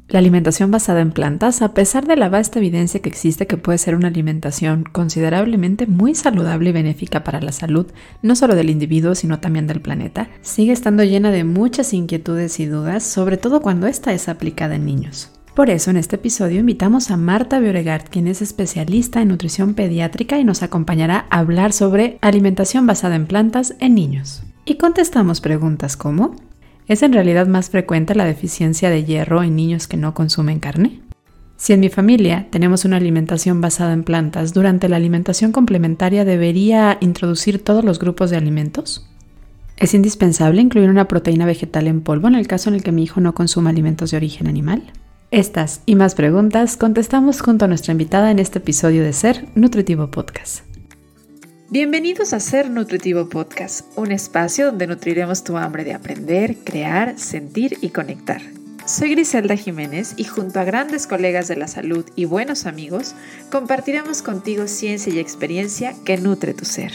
La alimentación basada en plantas, a pesar de la vasta evidencia que existe que puede ser una alimentación considerablemente muy saludable y benéfica para la salud, no solo del individuo, sino también del planeta, sigue estando llena de muchas inquietudes y dudas, sobre todo cuando esta es aplicada en niños. Por eso, en este episodio invitamos a Marta Beauregard, quien es especialista en nutrición pediátrica y nos acompañará a hablar sobre alimentación basada en plantas en niños. Y contestamos preguntas como: ¿es en realidad más frecuente la deficiencia de hierro en niños que no consumen carne? Si en mi familia tenemos una alimentación basada en plantas, ¿durante la alimentación complementaria debería introducir todos los grupos de alimentos? ¿Es indispensable incluir una proteína vegetal en polvo en el caso en el que mi hijo no consuma alimentos de origen animal? Estas y más preguntas contestamos junto a nuestra invitada en este episodio de Ser Nutritivo Podcast. Bienvenidos a Ser Nutritivo Podcast, un espacio donde nutriremos tu hambre de aprender, crear, sentir y conectar. Soy Griselda Jiménez y junto a grandes colegas de la salud y buenos amigos, compartiremos contigo ciencia y experiencia que nutre tu ser.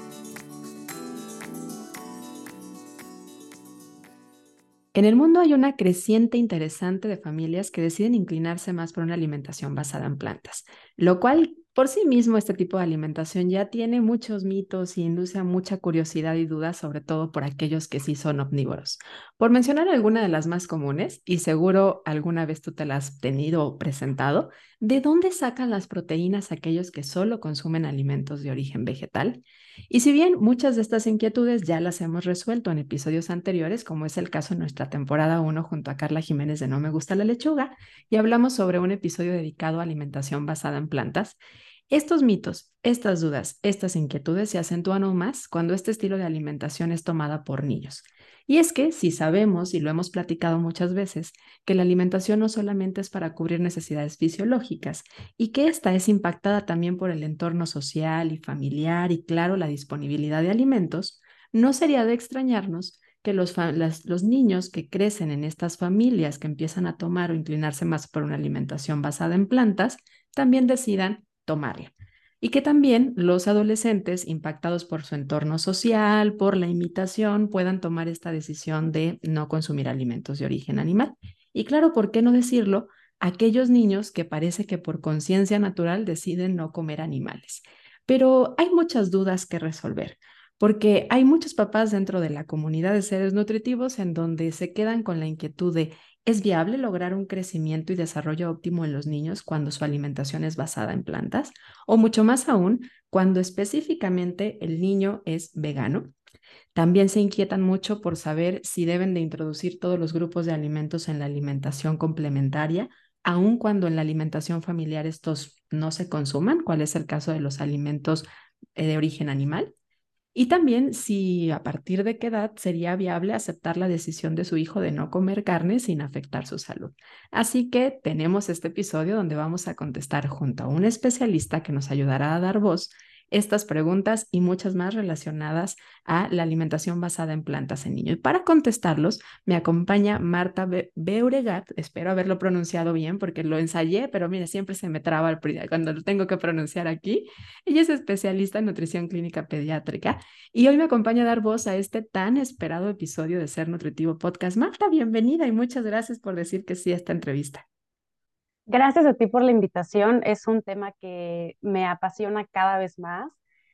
En el mundo hay una creciente interesante de familias que deciden inclinarse más por una alimentación basada en plantas, lo cual por sí mismo este tipo de alimentación ya tiene muchos mitos y induce a mucha curiosidad y duda, sobre todo por aquellos que sí son omnívoros. Por mencionar alguna de las más comunes, y seguro alguna vez tú te las has tenido o presentado, ¿de dónde sacan las proteínas aquellos que solo consumen alimentos de origen vegetal? Y si bien muchas de estas inquietudes ya las hemos resuelto en episodios anteriores, como es el caso en nuestra temporada 1 junto a Carla Jiménez de No Me Gusta la Lechuga, y hablamos sobre un episodio dedicado a alimentación basada en plantas, estos mitos, estas dudas, estas inquietudes se acentúan aún más cuando este estilo de alimentación es tomada por niños. Y es que si sabemos, y lo hemos platicado muchas veces, que la alimentación no solamente es para cubrir necesidades fisiológicas, y que esta es impactada también por el entorno social y familiar y claro, la disponibilidad de alimentos, no sería de extrañarnos que los niños que crecen en estas familias que empiezan a tomar o inclinarse más por una alimentación basada en plantas, también decidan tomarla. Y que también los adolescentes impactados por su entorno social, por la imitación, puedan tomar esta decisión de no consumir alimentos de origen animal. Y claro, ¿por qué no decirlo? Aquellos niños que parece que por conciencia natural deciden no comer animales. Pero hay muchas dudas que resolver, porque hay muchos papás dentro de la comunidad de seres nutritivos en donde se quedan con la inquietud de: ¿es viable lograr un crecimiento y desarrollo óptimo en los niños cuando su alimentación es basada en plantas? O mucho más aún, cuando específicamente el niño es vegano. También se inquietan mucho por saber si deben de introducir todos los grupos de alimentos en la alimentación complementaria, aun cuando en la alimentación familiar estos no se consuman, cuál es el caso de los alimentos de origen animal. Y también si a partir de qué edad sería viable aceptar la decisión de su hijo de no comer carne sin afectar su salud. Así que tenemos este episodio donde vamos a contestar junto a un especialista que nos ayudará a dar voz estas preguntas y muchas más relacionadas a la alimentación basada en plantas en niños. Y para contestarlos me acompaña Marta Beauregard, espero haberlo pronunciado bien porque lo ensayé, pero mire, siempre se me traba cuando lo tengo que pronunciar aquí. Ella es especialista en nutrición clínica pediátrica y hoy me acompaña a dar voz a este tan esperado episodio de Ser Nutritivo Podcast. Marta, bienvenida y muchas gracias por decir que sí a esta entrevista. Gracias a ti por la invitación. Es un tema que me apasiona cada vez más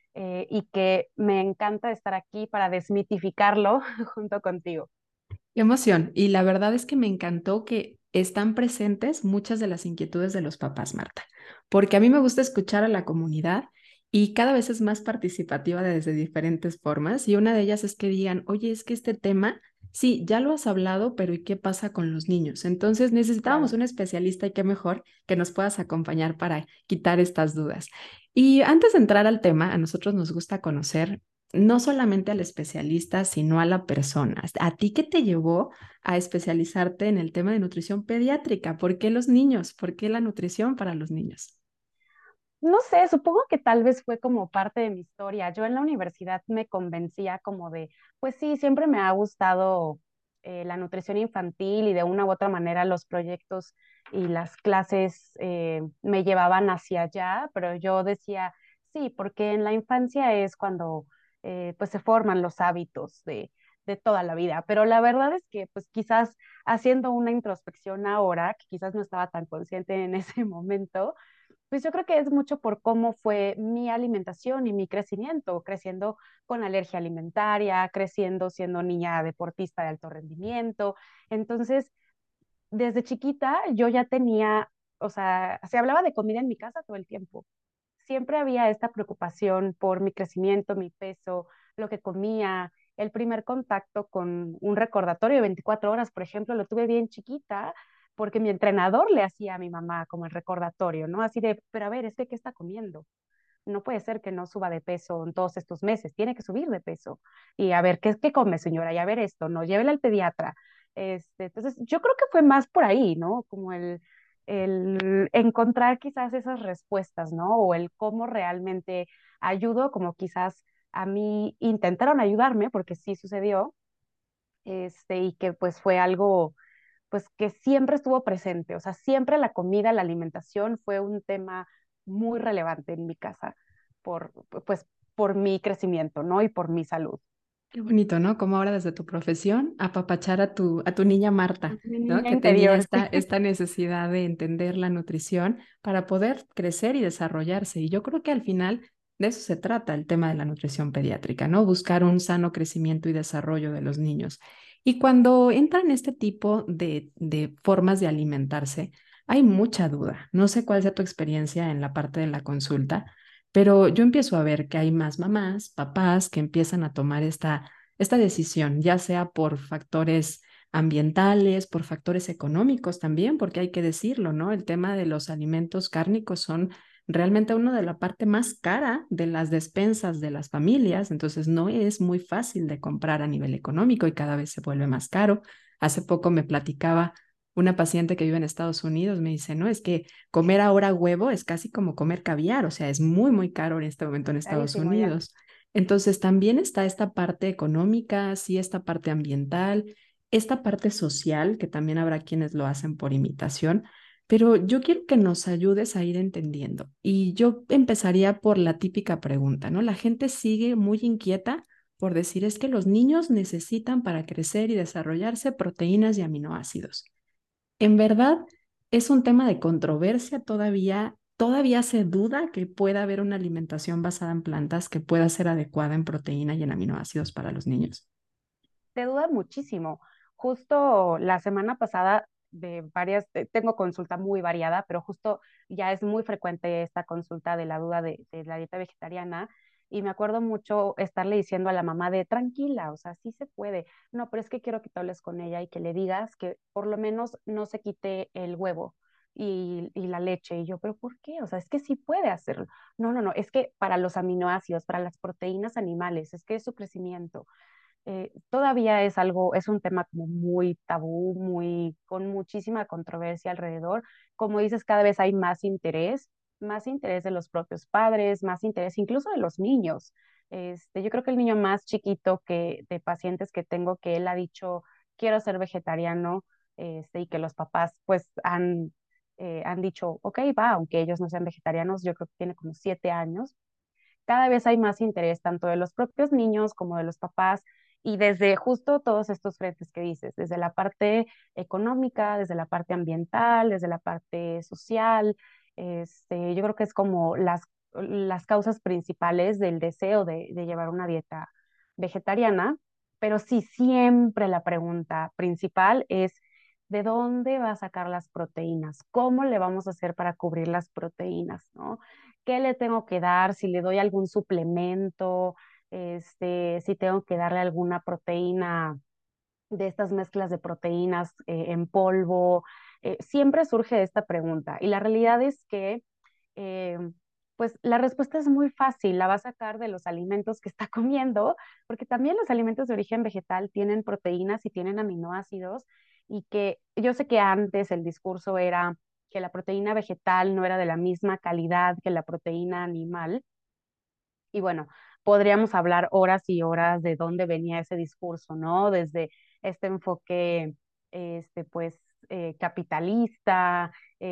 y que me encanta estar aquí para desmitificarlo junto contigo. Qué emoción. Y la verdad es que me encantó que están presentes muchas de las inquietudes de los papás, Marta, porque a mí me gusta escuchar a la comunidad y cada vez es más participativa desde diferentes formas. Y una de ellas es que digan: oye, es que este tema, sí, ya lo has hablado, pero ¿y qué pasa con los niños? Entonces necesitábamos Claro. un especialista y qué mejor que nos puedas acompañar para quitar estas dudas. Y antes de entrar al tema, a nosotros nos gusta conocer no solamente al especialista, sino a la persona. ¿A ti qué te llevó a especializarte en el tema de nutrición pediátrica? ¿Por qué los niños? ¿Por qué la nutrición para los niños? No sé, supongo que tal vez fue como parte de mi historia. Yo en la universidad me convencía como de, pues sí, siempre me ha gustado la nutrición infantil y de una u otra manera los proyectos y las clases me llevaban hacia allá, pero yo decía, sí, porque en la infancia es cuando pues se forman los hábitos de toda la vida, pero la verdad es que pues quizás haciendo una introspección ahora, que quizás no estaba tan consciente en ese momento, pues yo creo que es mucho por cómo fue mi alimentación y mi crecimiento, creciendo con alergia alimentaria, creciendo siendo niña deportista de alto rendimiento. Entonces, desde chiquita yo ya tenía, o sea, se hablaba de comida en mi casa todo el tiempo. Siempre había esta preocupación por mi crecimiento, mi peso, lo que comía. El primer contacto con un recordatorio de 24 horas, por ejemplo, lo tuve bien chiquita porque mi entrenador le hacía a mi mamá como el recordatorio, ¿no? Así de, pero a ver, es que ¿qué está comiendo? No puede ser que no suba de peso en todos estos meses, tiene que subir de peso. Y a ver, ¿qué come, señora? Y a ver esto, ¿no? Llévela al pediatra. Entonces, yo creo que fue más por ahí, ¿no? Como el encontrar quizás esas respuestas, ¿no? O el cómo realmente ayudo, como quizás a mí intentaron ayudarme, porque sí sucedió, y que pues fue algo, pues que siempre estuvo presente, o sea, siempre la comida, la alimentación fue un tema muy relevante en mi casa, por, pues, por mi crecimiento, ¿no? Y por mi salud. Qué bonito, ¿no? Como ahora desde tu profesión, apapachar a tu niña Marta, Mi ¿no? niña Que tenía interior, esta necesidad de entender la nutrición para poder crecer y desarrollarse. Y yo creo que al final de eso se trata el tema de la nutrición pediátrica, ¿no? Buscar un sano crecimiento y desarrollo de los niños. Y cuando entran este tipo de formas de alimentarse, hay mucha duda. No sé cuál sea tu experiencia en la parte de la consulta, pero yo empiezo a ver que hay más mamás, papás que empiezan a tomar esta decisión, ya sea por factores ambientales, por factores económicos también, porque hay que decirlo, ¿no? El tema de los alimentos cárnicos son realmente uno de la parte más cara de las despensas de las familias, entonces no es muy fácil de comprar a nivel económico y cada vez se vuelve más caro. Hace poco me platicaba una paciente que vive en Estados Unidos, me dice, no, es que comer ahora huevo es casi como comer caviar, o sea, es muy, muy caro en este momento en Estados carísimo ya. Unidos. Entonces también está esta parte económica, sí, esta parte ambiental, esta parte social, que también habrá quienes lo hacen por imitación, pero yo quiero que nos ayudes a ir entendiendo. Y yo empezaría por la típica pregunta, ¿no? La gente sigue muy inquieta por decir es que los niños necesitan para crecer y desarrollarse proteínas y aminoácidos. En verdad, es un tema de controversia todavía. Todavía se duda que pueda haber una alimentación basada en plantas que pueda ser adecuada en proteína y en aminoácidos para los niños. Te duda muchísimo. Justo la semana pasada tengo consulta muy variada, pero justo ya es muy frecuente esta consulta de la duda de la dieta vegetariana. Y me acuerdo mucho estarle diciendo a la mamá de tranquila, o sea, sí se puede. No, pero es que quiero que te hables con ella y que le digas que por lo menos no se quite el huevo y la leche. Y yo, pero ¿por qué? O sea, es que sí puede hacerlo. No, no, no, es que para los aminoácidos, para las proteínas animales, es que es su crecimiento. Todavía es algo, es un tema como muy tabú, muy, con muchísima controversia alrededor. Como dices, cada vez hay más interés de los propios padres, más interés incluso de los niños. Yo creo que el niño más chiquito que de pacientes que tengo que él ha dicho, quiero ser vegetariano, y que los papás pues han dicho, ok, va, aunque ellos no sean vegetarianos, yo creo que tiene como 7 años. Cada vez hay más interés tanto de los propios niños como de los papás y desde justo todos estos frentes que dices, desde la parte económica, desde la parte ambiental, desde la parte social. Yo creo que es como las causas principales del deseo de llevar una dieta vegetariana, pero sí siempre la pregunta principal es, ¿de dónde va a sacar las proteínas? ¿Cómo le vamos a hacer para cubrir las proteínas, ¿no? ¿Qué le tengo que dar? Si le doy algún suplemento, si tengo que darle alguna proteína de estas mezclas de proteínas en polvo. Siempre surge esta pregunta y la realidad es que eh, pues la respuesta es muy fácil, la va a sacar de los alimentos que está comiendo, porque también los alimentos de origen vegetal tienen proteínas y tienen aminoácidos y que yo sé que antes el discurso era que la proteína vegetal no era de la misma calidad que la proteína animal. Y bueno, podríamos hablar horas y horas de dónde venía ese discurso, ¿no? Desde este enfoque, pues, capitalista,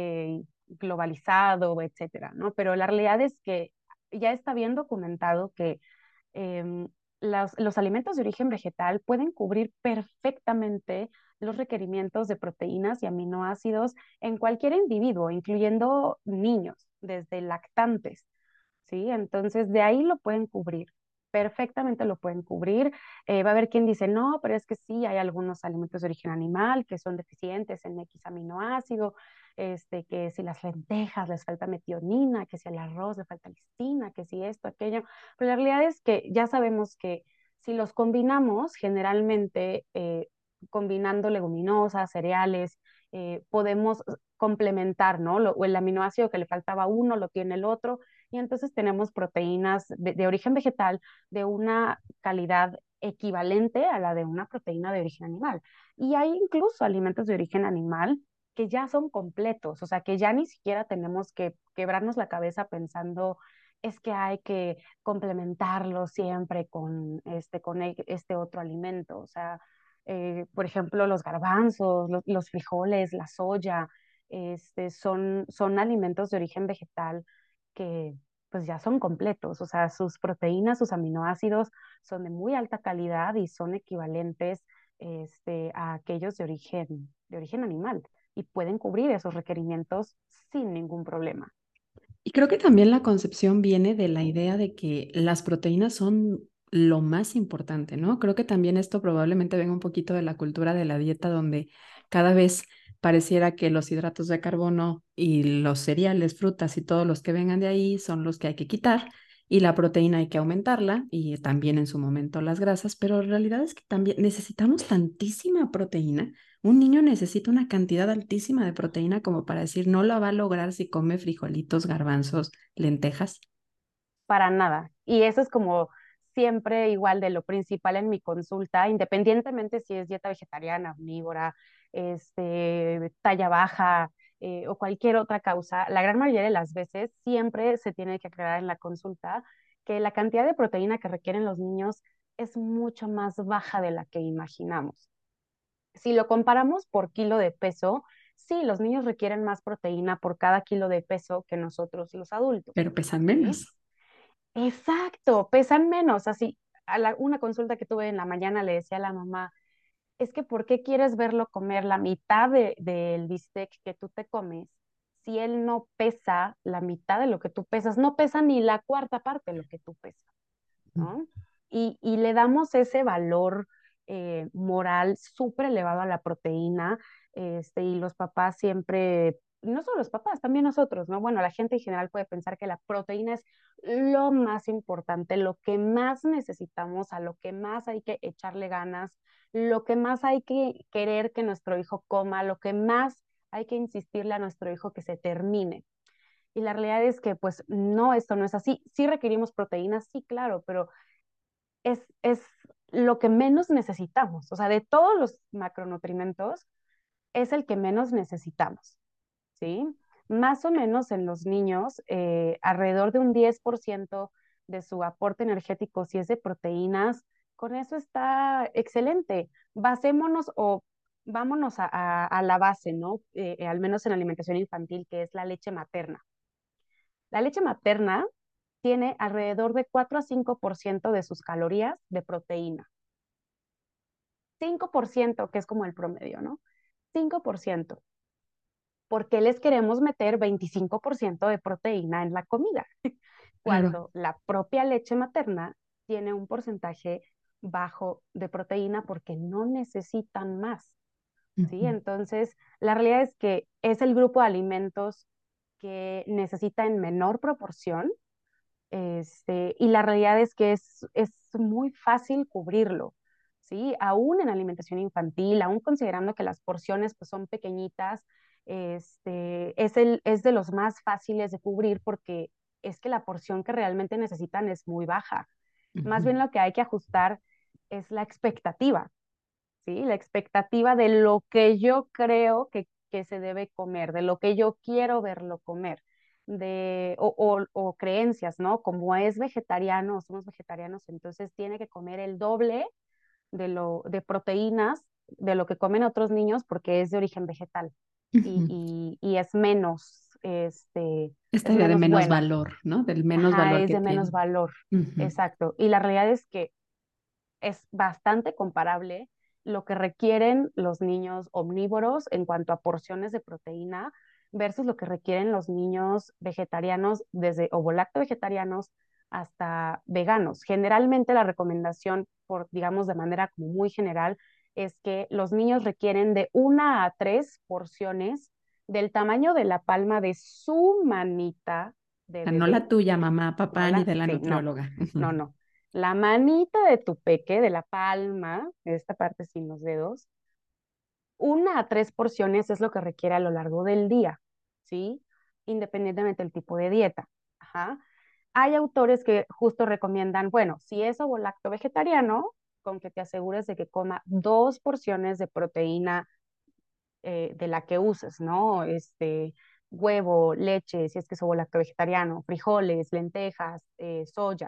globalizado, etcétera, ¿no? Pero la realidad es que ya está bien documentado que em, los alimentos de origen vegetal pueden cubrir perfectamente los requerimientos de proteínas y aminoácidos en cualquier individuo, incluyendo niños, desde lactantes. ¿Sí? Entonces, de ahí lo pueden cubrir, perfectamente lo pueden cubrir. Va a haber quien dice, no, pero es que sí, hay algunos alimentos de origen animal que son deficientes en X aminoácido, que si las lentejas les falta metionina, que si al arroz le falta listina, que si esto, aquello. Pero la realidad es que ya sabemos que si los combinamos, generalmente combinando leguminosas, cereales, podemos complementar, ¿no? O el aminoácido que le faltaba a uno lo tiene el otro y entonces tenemos proteínas de origen vegetal de una calidad equivalente a la de una proteína de origen animal. Y hay incluso alimentos de origen animal que ya son completos, o sea, que ya ni siquiera tenemos que quebrarnos la cabeza pensando es que hay que complementarlo siempre con este otro alimento. O sea, por ejemplo, los garbanzos, los frijoles, la soya, son alimentos de origen vegetal que pues ya son completos, o sea, sus proteínas, sus aminoácidos son de muy alta calidad y son equivalentes a aquellos de origen animal y pueden cubrir esos requerimientos sin ningún problema. Y creo que también la concepción viene de la idea de que las proteínas son lo más importante, ¿no? Creo que también esto probablemente venga un poquito de la cultura de la dieta, donde cada vez pareciera que los hidratos de carbono y los cereales, frutas y todos los que vengan de ahí son los que hay que quitar y la proteína hay que aumentarla y también en su momento las grasas, pero la realidad es que también necesitamos tantísima proteína. Un niño necesita una cantidad altísima de proteína como para decir, no la va a lograr si come frijolitos, garbanzos, lentejas. Para nada. Y eso es como siempre igual de lo principal en mi consulta, independientemente si es dieta vegetariana, omnívora, talla baja o cualquier otra causa, la gran mayoría de las veces siempre se tiene que aclarar en la consulta que la cantidad de proteína que requieren los niños es mucho más baja de la que imaginamos. Si lo comparamos por kilo de peso, sí, los niños requieren más proteína por cada kilo de peso que nosotros los adultos, Pero pesan ¿sí? menos. Exacto, pesan menos. Así, una consulta que tuve en la mañana le decía a la mamá, es que ¿por qué quieres verlo comer la mitad del bistec que tú te comes si él no pesa la mitad de lo que tú pesas? No pesa ni la cuarta parte de lo que tú pesas, ¿no? Y le damos ese valor moral súper elevado a la proteína, y los papás siempre, no solo los papás, también nosotros, ¿no? Bueno, la gente en general puede pensar que la proteína es lo más importante, lo que más necesitamos, a lo que más hay que echarle ganas, lo que más hay que querer que nuestro hijo coma, lo que más hay que insistirle a nuestro hijo que se termine. Y la realidad es que, pues, no, esto no es así. Sí requerimos proteínas, sí, claro, pero es lo que menos necesitamos. O sea, de todos los macronutrientes, es el que menos necesitamos, ¿sí? Más o menos en los niños, alrededor de un 10% de su aporte energético, si es de proteínas, con eso está excelente. Basémonos o vámonos a la base, ¿no? Al menos en alimentación infantil, que es la leche materna. La leche materna tiene alrededor de 4 a 5% de sus calorías de proteína. 5%, que es como el promedio, ¿no? 5%. ¿Por qué les queremos meter 25% de proteína en la comida? Claro. Cuando la propia leche materna tiene un porcentaje bajo de proteína porque no necesitan más, ¿sí? Ujú. Entonces, la realidad es que es el grupo de alimentos que necesita en menor proporción, y la realidad es que es muy fácil cubrirlo, ¿sí? Aún en alimentación infantil, aún considerando que las porciones pues, son pequeñitas, es de los más fáciles de cubrir porque es que la porción que realmente necesitan es muy baja. Más Ujú. bien lo que hay que ajustar es la expectativa, ¿sí? La expectativa de lo que yo creo que se debe comer, de lo que yo quiero verlo comer, o creencias, ¿no? Como es vegetariano, somos vegetarianos, entonces tiene que comer el doble de proteínas de lo que comen otros niños porque es de origen vegetal Ujú. y Esta es idea de menos menos buena. valor, ¿no? Del menos Ajá, valor es que de menos tiene. valor. Ujú. Exacto. Y la realidad es que es bastante comparable lo que requieren los niños omnívoros en cuanto a porciones de proteína versus lo que requieren los niños vegetarianos, desde ovolacto vegetarianos hasta veganos. Generalmente la recomendación, por, digamos, de manera como muy general, es que los niños requieren de 1 a 3 porciones del tamaño de la palma de su manita de No la bebé, tuya, mamá, no papá, ni la, de la sí, no, nutrióloga. no, no. La manita de tu peque, de la palma, de esta parte sin los dedos, 1 a 3 porciones es lo que requiere a lo largo del día, ¿sí? Independientemente del tipo de dieta. Ajá. Hay autores que justo recomiendan, bueno, si es ovo-lacto vegetariano, con que te asegures de que coma 2 porciones de proteína de la que uses, ¿no? Huevo, leche, si es que es ovo-lacto vegetariano, frijoles, lentejas, soya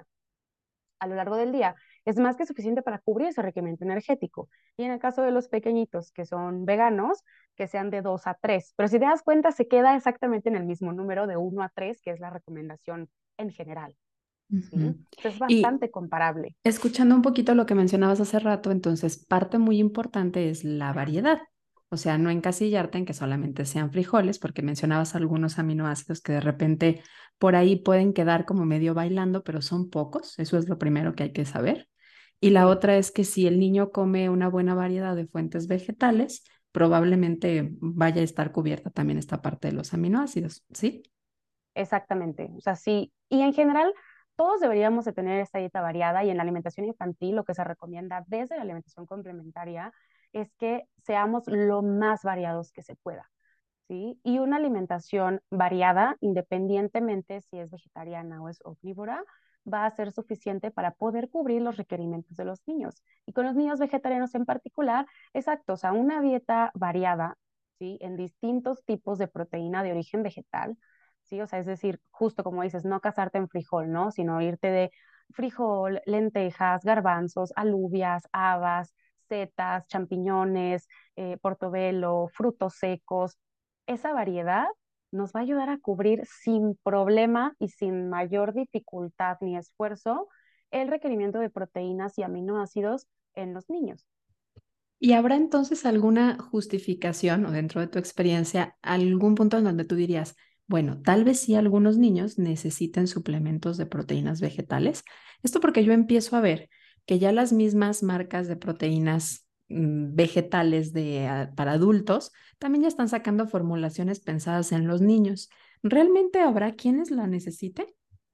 a lo largo del día, es más que suficiente para cubrir ese requerimiento energético. Y en el caso de los pequeñitos que son veganos, que sean de 2 a 3. Pero si te das cuenta, se queda exactamente en el mismo número de 1 a 3, que es la recomendación en general, ¿sí? Ujú. Entonces es Y bastante comparable. escuchando un poquito lo que mencionabas hace rato, entonces parte muy importante es la variedad. O sea, no encasillarte en que solamente sean frijoles, porque mencionabas algunos aminoácidos que de repente por ahí pueden quedar como medio bailando, pero son pocos. Eso es lo primero que hay que saber. Y la Sí, otra es que si el niño come una buena variedad de fuentes vegetales, probablemente vaya a estar cubierta también esta parte de los aminoácidos, ¿sí? exactamente. O sea, sí. Y en general, todos deberíamos de tener esta dieta variada y en la alimentación infantil lo que se recomienda desde la alimentación complementaria es que seamos lo más variados que se pueda. ¿Sí? Y una alimentación variada, independientemente si es vegetariana o es omnívora, va a ser suficiente para poder cubrir los requerimientos de los niños. Y con los niños vegetarianos en particular, exacto, o sea, una dieta variada, ¿sí? En distintos tipos de proteína de origen vegetal, ¿sí? O sea, es decir, justo como dices, no casarte en frijol, ¿no? Sino irte de frijol, lentejas, garbanzos, alubias, habas, setas, champiñones, portobelo, frutos secos. Esa variedad nos va a ayudar a cubrir sin problema y sin mayor dificultad ni esfuerzo el requerimiento de proteínas y aminoácidos en los niños. ¿Y habrá entonces alguna justificación o dentro de tu experiencia algún punto en donde tú dirías, bueno, tal vez sí algunos niños necesiten suplementos de proteínas vegetales? Esto porque yo empiezo a ver que ya las mismas marcas de proteínas vegetales para adultos también ya están sacando formulaciones pensadas en los niños. ¿Realmente habrá quienes la necesiten?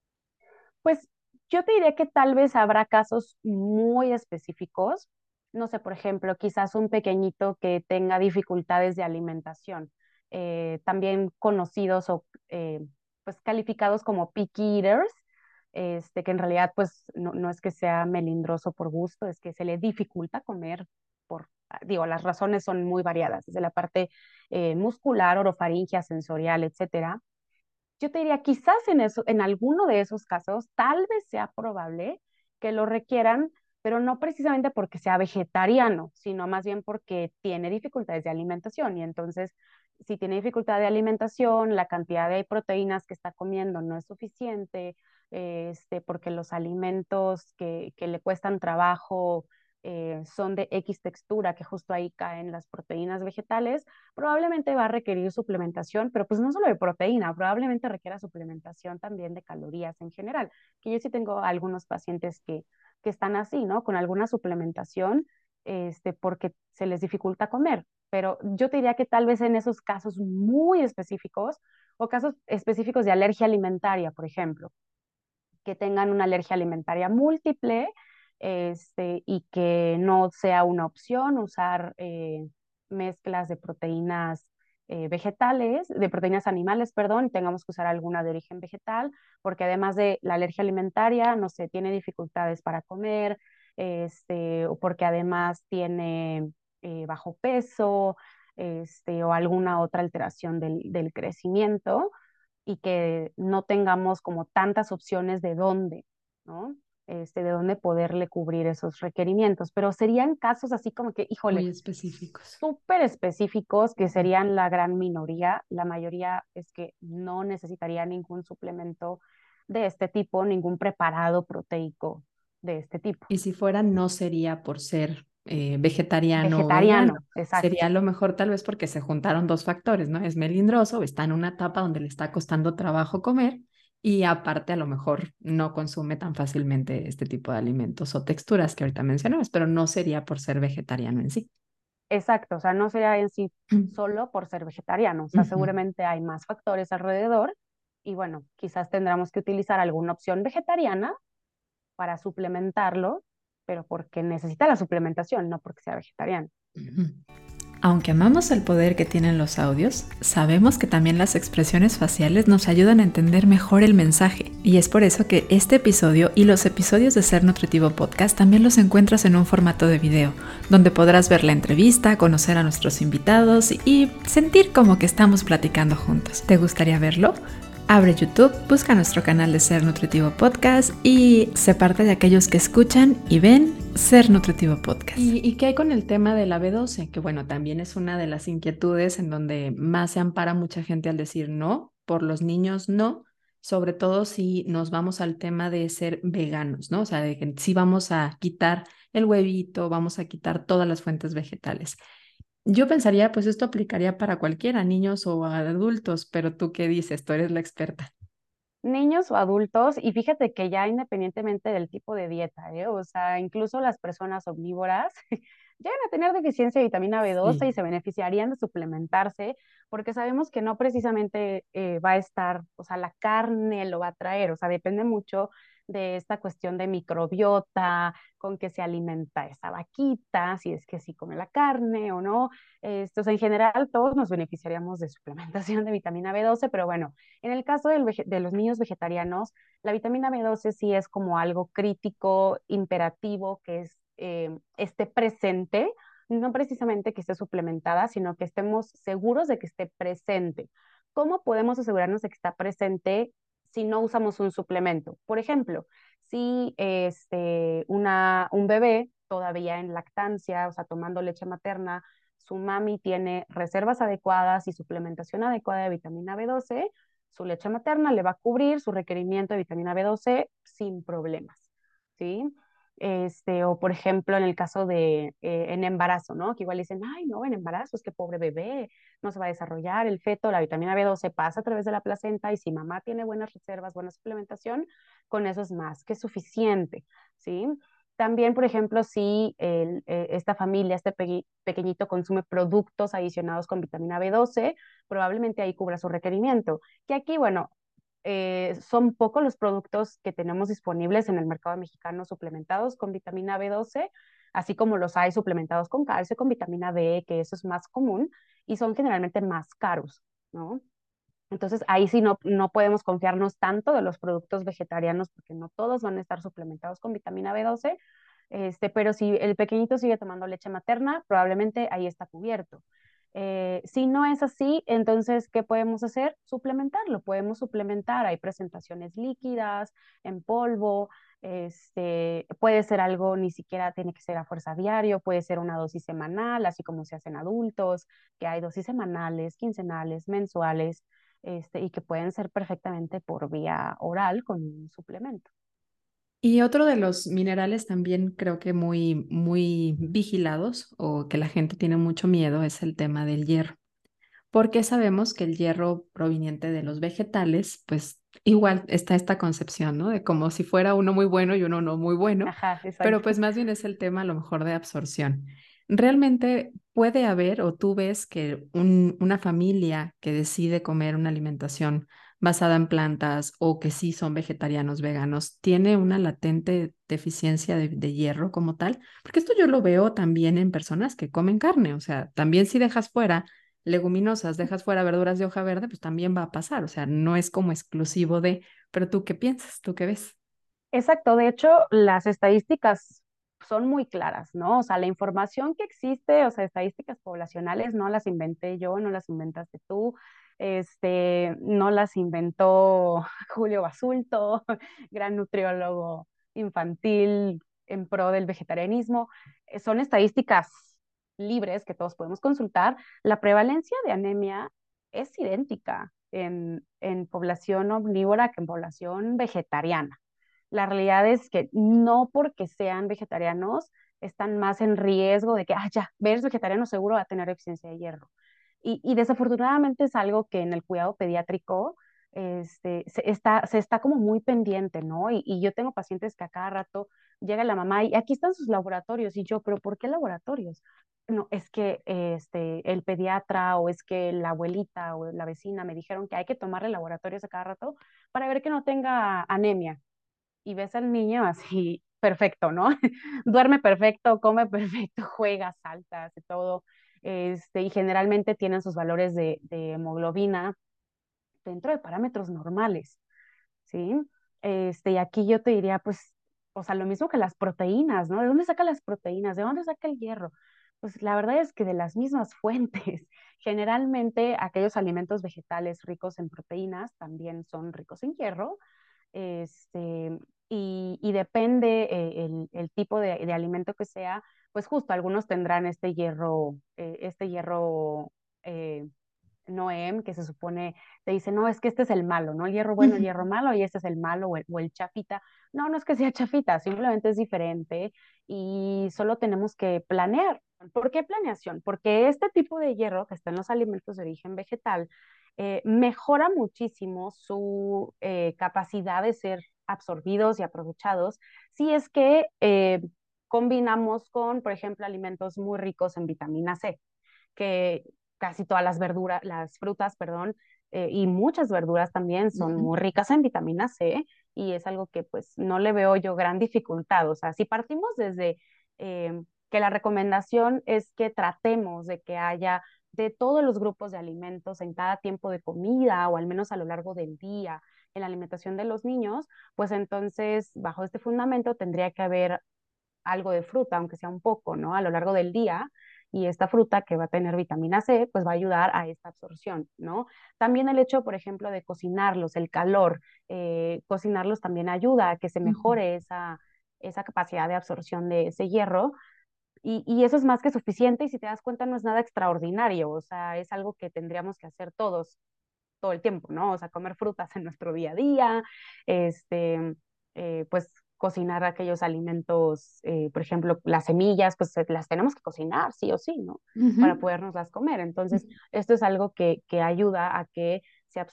Pues yo te diría que tal vez habrá casos muy específicos, no sé, por ejemplo, quizás un pequeñito que tenga dificultades de alimentación, también conocidos o pues calificados como picky eaters, que en realidad pues no es que sea melindroso por gusto, es que se le dificulta comer por, digo, las razones son muy variadas, desde la parte muscular, orofaringia, sensorial, etcétera. Yo te diría, quizás en alguno de esos casos, tal vez sea probable que lo requieran, pero no precisamente porque sea vegetariano, sino más bien porque tiene dificultades de alimentación. Y entonces, si tiene dificultad de alimentación, la cantidad de proteínas que está comiendo no es suficiente, porque los alimentos que le cuestan trabajo son de X textura, que justo ahí caen las proteínas vegetales, probablemente va a requerir suplementación, pero pues no solo de proteína, probablemente requiera suplementación también de calorías en general, que yo sí tengo algunos pacientes que están así, ¿no? Con alguna suplementación, porque se les dificulta comer, pero yo te diría que tal vez en esos casos muy específicos o casos específicos de alergia alimentaria, por ejemplo, que tengan una alergia alimentaria múltiple, y que no sea una opción usar mezclas de proteínas vegetales, de proteínas animales, perdón, y tengamos que usar alguna de origen vegetal, porque además de la alergia alimentaria, no sé, tiene dificultades para comer, o porque además tiene bajo peso, o alguna otra alteración del crecimiento y que no tengamos como tantas opciones de dónde, ¿no? De dónde poderle cubrir esos requerimientos. Pero serían casos así como que, híjole, Muy específicos. súper específicos que Ujú. serían la gran minoría. La mayoría es que no necesitaría ningún suplemento de este tipo, ningún preparado proteico. de este tipo. Y si fuera, no sería por ser vegetariano o vegano. Vegetariano, exacto. Sería a lo mejor tal vez porque se juntaron dos factores, ¿no? Es melindroso, está en una etapa donde le está costando trabajo comer y aparte a lo mejor no consume tan fácilmente este tipo de alimentos o texturas que ahorita mencionabas, pero no sería por ser vegetariano en sí. Exacto, o sea, no sería en sí solo por ser vegetariano, o sea, Ujú. seguramente hay más factores alrededor y bueno, quizás tendremos que utilizar alguna opción vegetariana para suplementarlo, pero porque necesita la suplementación, no porque sea vegetariano. Ujú. Aunque amamos el poder que tienen los audios, sabemos que también las expresiones faciales nos ayudan a entender mejor el mensaje. Y es por eso que este episodio y los episodios de Ser Nutritivo Podcast también los encuentras en un formato de video, donde podrás ver la entrevista, conocer a nuestros invitados y sentir como que estamos platicando juntos. ¿Te gustaría verlo? Abre YouTube, busca nuestro canal de Ser Nutritivo Podcast y sé parte de aquellos que escuchan y ven Ser Nutritivo Podcast. ¿Y qué hay con el tema de la B12? Que bueno, también es una de las inquietudes en donde más se ampara mucha gente al decir no, por los niños no, sobre todo si nos vamos al tema de ser veganos, ¿no? O sea, de que si vamos a quitar el huevito, vamos a quitar todas las fuentes vegetales. Yo pensaría, pues esto aplicaría para cualquiera, niños o adultos, pero tú qué dices, tú eres la experta. Niños o adultos, y fíjate que ya independientemente del tipo de dieta, ¿eh? O sea, incluso las personas omnívoras llegan a tener deficiencia de vitamina B12 y Sí. se beneficiarían de suplementarse, porque sabemos que no precisamente va a estar, o sea, la carne lo va a traer, o sea, depende mucho de esta cuestión de microbiota, con que se alimenta esa vaquita, si es que sí come la carne o no. O sea, en general, todos nos beneficiaríamos de suplementación de vitamina B12, pero bueno. En el caso de los niños vegetarianos, la vitamina B12 sí es como algo crítico, imperativo, que esté presente, no precisamente que esté suplementada, sino que estemos seguros de que esté presente. ¿Cómo podemos asegurarnos de que está presente si no usamos un suplemento? Por ejemplo, si un bebé todavía en lactancia, o sea, tomando leche materna, su mami tiene reservas adecuadas y suplementación adecuada de vitamina B12, su leche materna le va a cubrir su requerimiento de vitamina B12 sin problemas, ¿sí? O por ejemplo, en el caso de en embarazo, ¿no? Que igual dicen, ay, no, en embarazo, es que pobre bebé, no se va a desarrollar el feto, la vitamina B12 pasa a través de la placenta y si mamá tiene buenas reservas, buena suplementación, con eso es más que suficiente, ¿sí? También, por ejemplo, si esta familia, pequeñito consume productos adicionados con vitamina B12, probablemente ahí cubra su requerimiento. Que aquí, bueno, son pocos los productos que tenemos disponibles en el mercado mexicano suplementados con vitamina B12, así como los hay suplementados con calcio, con vitamina D, que eso es más común y son generalmente más caros, ¿no? Entonces ahí sí no podemos confiarnos tanto de los productos vegetarianos porque no todos van a estar suplementados con vitamina B12, pero si el pequeñito sigue tomando leche materna, probablemente ahí está cubierto. Si no es así, entonces, ¿qué podemos hacer? Suplementarlo. Podemos suplementar. Hay presentaciones líquidas, en polvo. Puede ser algo, ni siquiera tiene que ser a fuerza diario, puede ser una dosis semanal, así como se hacen adultos, que hay dosis semanales, quincenales, mensuales, y que pueden ser perfectamente por vía oral con un suplemento. Y otro de los minerales también creo que muy, muy vigilados o que la gente tiene mucho miedo es el tema del hierro, porque sabemos que el hierro proveniente de los vegetales, pues igual está esta concepción, ¿no? De como si fuera uno muy bueno y uno no muy bueno, Ajá, pero exacto. pues más bien es el tema a lo mejor de absorción. ¿Realmente puede haber o tú ves que una familia que decide comer una alimentación basada en plantas o que sí son vegetarianos, veganos, tiene una latente deficiencia de hierro como tal? Porque esto yo lo veo también en personas que comen carne, o sea, también si dejas fuera leguminosas, dejas fuera verduras de hoja verde, pues también va a pasar, o sea, no es como exclusivo de, pero tú qué piensas, tú qué ves. Exacto, de hecho, las estadísticas son muy claras, ¿no? O sea, la información que existe, o sea, estadísticas poblacionales, no las inventé yo, no las inventaste tú, no las inventó Julio Basulto, gran nutriólogo infantil en pro del vegetarianismo. Son estadísticas libres que todos podemos consultar. La prevalencia de anemia es idéntica en población omnívora que en población vegetariana. La realidad es que no porque sean vegetarianos están más en riesgo de que, ya, eres vegetariano seguro va a tener deficiencia de hierro. Y desafortunadamente es algo que en el cuidado pediátrico se está como muy pendiente, ¿no? Y yo tengo pacientes que a cada rato llega la mamá y aquí están sus laboratorios y yo, pero ¿por qué laboratorios? No, es que el pediatra o es que la abuelita o la vecina me dijeron que hay que tomarle laboratorios a cada rato para ver que no tenga anemia. Y ves al niño así, perfecto, ¿no? Duerme perfecto, come perfecto, juega, salta, hace todo. Y generalmente tienen sus valores de hemoglobina dentro de parámetros normales, ¿sí? Y aquí yo te diría, pues, o sea, lo mismo que las proteínas, ¿no? ¿De dónde saca las proteínas? ¿De dónde saca el hierro? Pues la verdad es que de las mismas fuentes. Generalmente aquellos alimentos vegetales ricos en proteínas también son ricos en hierro, este, y depende el tipo de alimento que sea, pues justo algunos tendrán este hierro eh, Noem, que se supone, te dice, no, es que este es el malo, ¿no? El hierro bueno, el hierro Ujú, malo, y este es el malo o el chafita. No, no es que sea chafita, simplemente es diferente y solo tenemos que planear. ¿Por qué planeación? Porque este tipo de hierro que está en los alimentos de origen vegetal mejora muchísimo su capacidad de ser absorbidos y aprovechados si es que combinamos con, por ejemplo, alimentos muy ricos en vitamina C, que casi todas las verduras, las frutas, perdón, y muchas verduras también son ujú, muy ricas en vitamina C y es algo que pues no le veo yo gran dificultad. O sea, si partimos desde que la recomendación es que tratemos de que haya de todos los grupos de alimentos en cada tiempo de comida o al menos a lo largo del día en la alimentación de los niños, pues entonces bajo este fundamento tendría que haber algo de fruta, aunque sea un poco, ¿no? A lo largo del día. Y esta fruta que va a tener vitamina C, pues va a ayudar a esta absorción, ¿no? También el hecho, por ejemplo, de cocinarlos, el calor, cocinarlos también ayuda a que se ujú. mejore esa capacidad de absorción de ese hierro. Y eso es más que suficiente y si te das cuenta no es nada extraordinario, o sea, es algo que tendríamos que hacer todos todo el tiempo, ¿no? O sea, comer frutas en nuestro día a día, pues cocinar aquellos alimentos, por ejemplo, las semillas, pues las tenemos que cocinar, sí o sí, ¿no? Para Ujú. podernoslas comer. Entonces, esto es algo que ayuda a que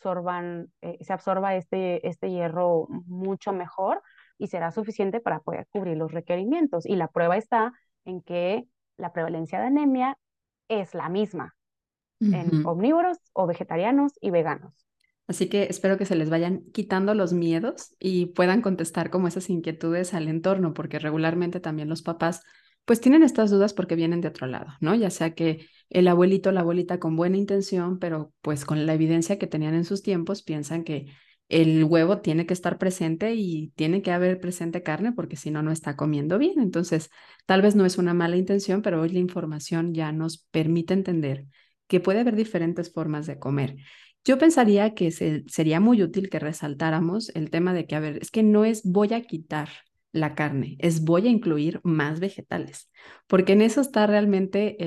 se absorba este hierro mucho mejor y será suficiente para poder cubrir los requerimientos. Y la prueba está en que la prevalencia de anemia es la misma en Ujú. omnívoros o vegetarianos y veganos. Así que espero que se les vayan quitando los miedos y puedan contestar como esas inquietudes al entorno, porque regularmente también los papás pues tienen estas dudas porque vienen de otro lado, ¿no? Ya sea que el abuelito o la abuelita con buena intención, pero pues con la evidencia que tenían en sus tiempos, piensan que el huevo tiene que estar presente y tiene que haber presente carne porque si no, no está comiendo bien. Entonces, tal vez no es una mala intención, pero hoy la información ya nos permite entender que puede haber diferentes formas de comer. Yo pensaría que sería muy útil que resaltáramos el tema de que, a ver, es que no es voy a quitar la carne, es voy a incluir más vegetales, porque en eso está realmente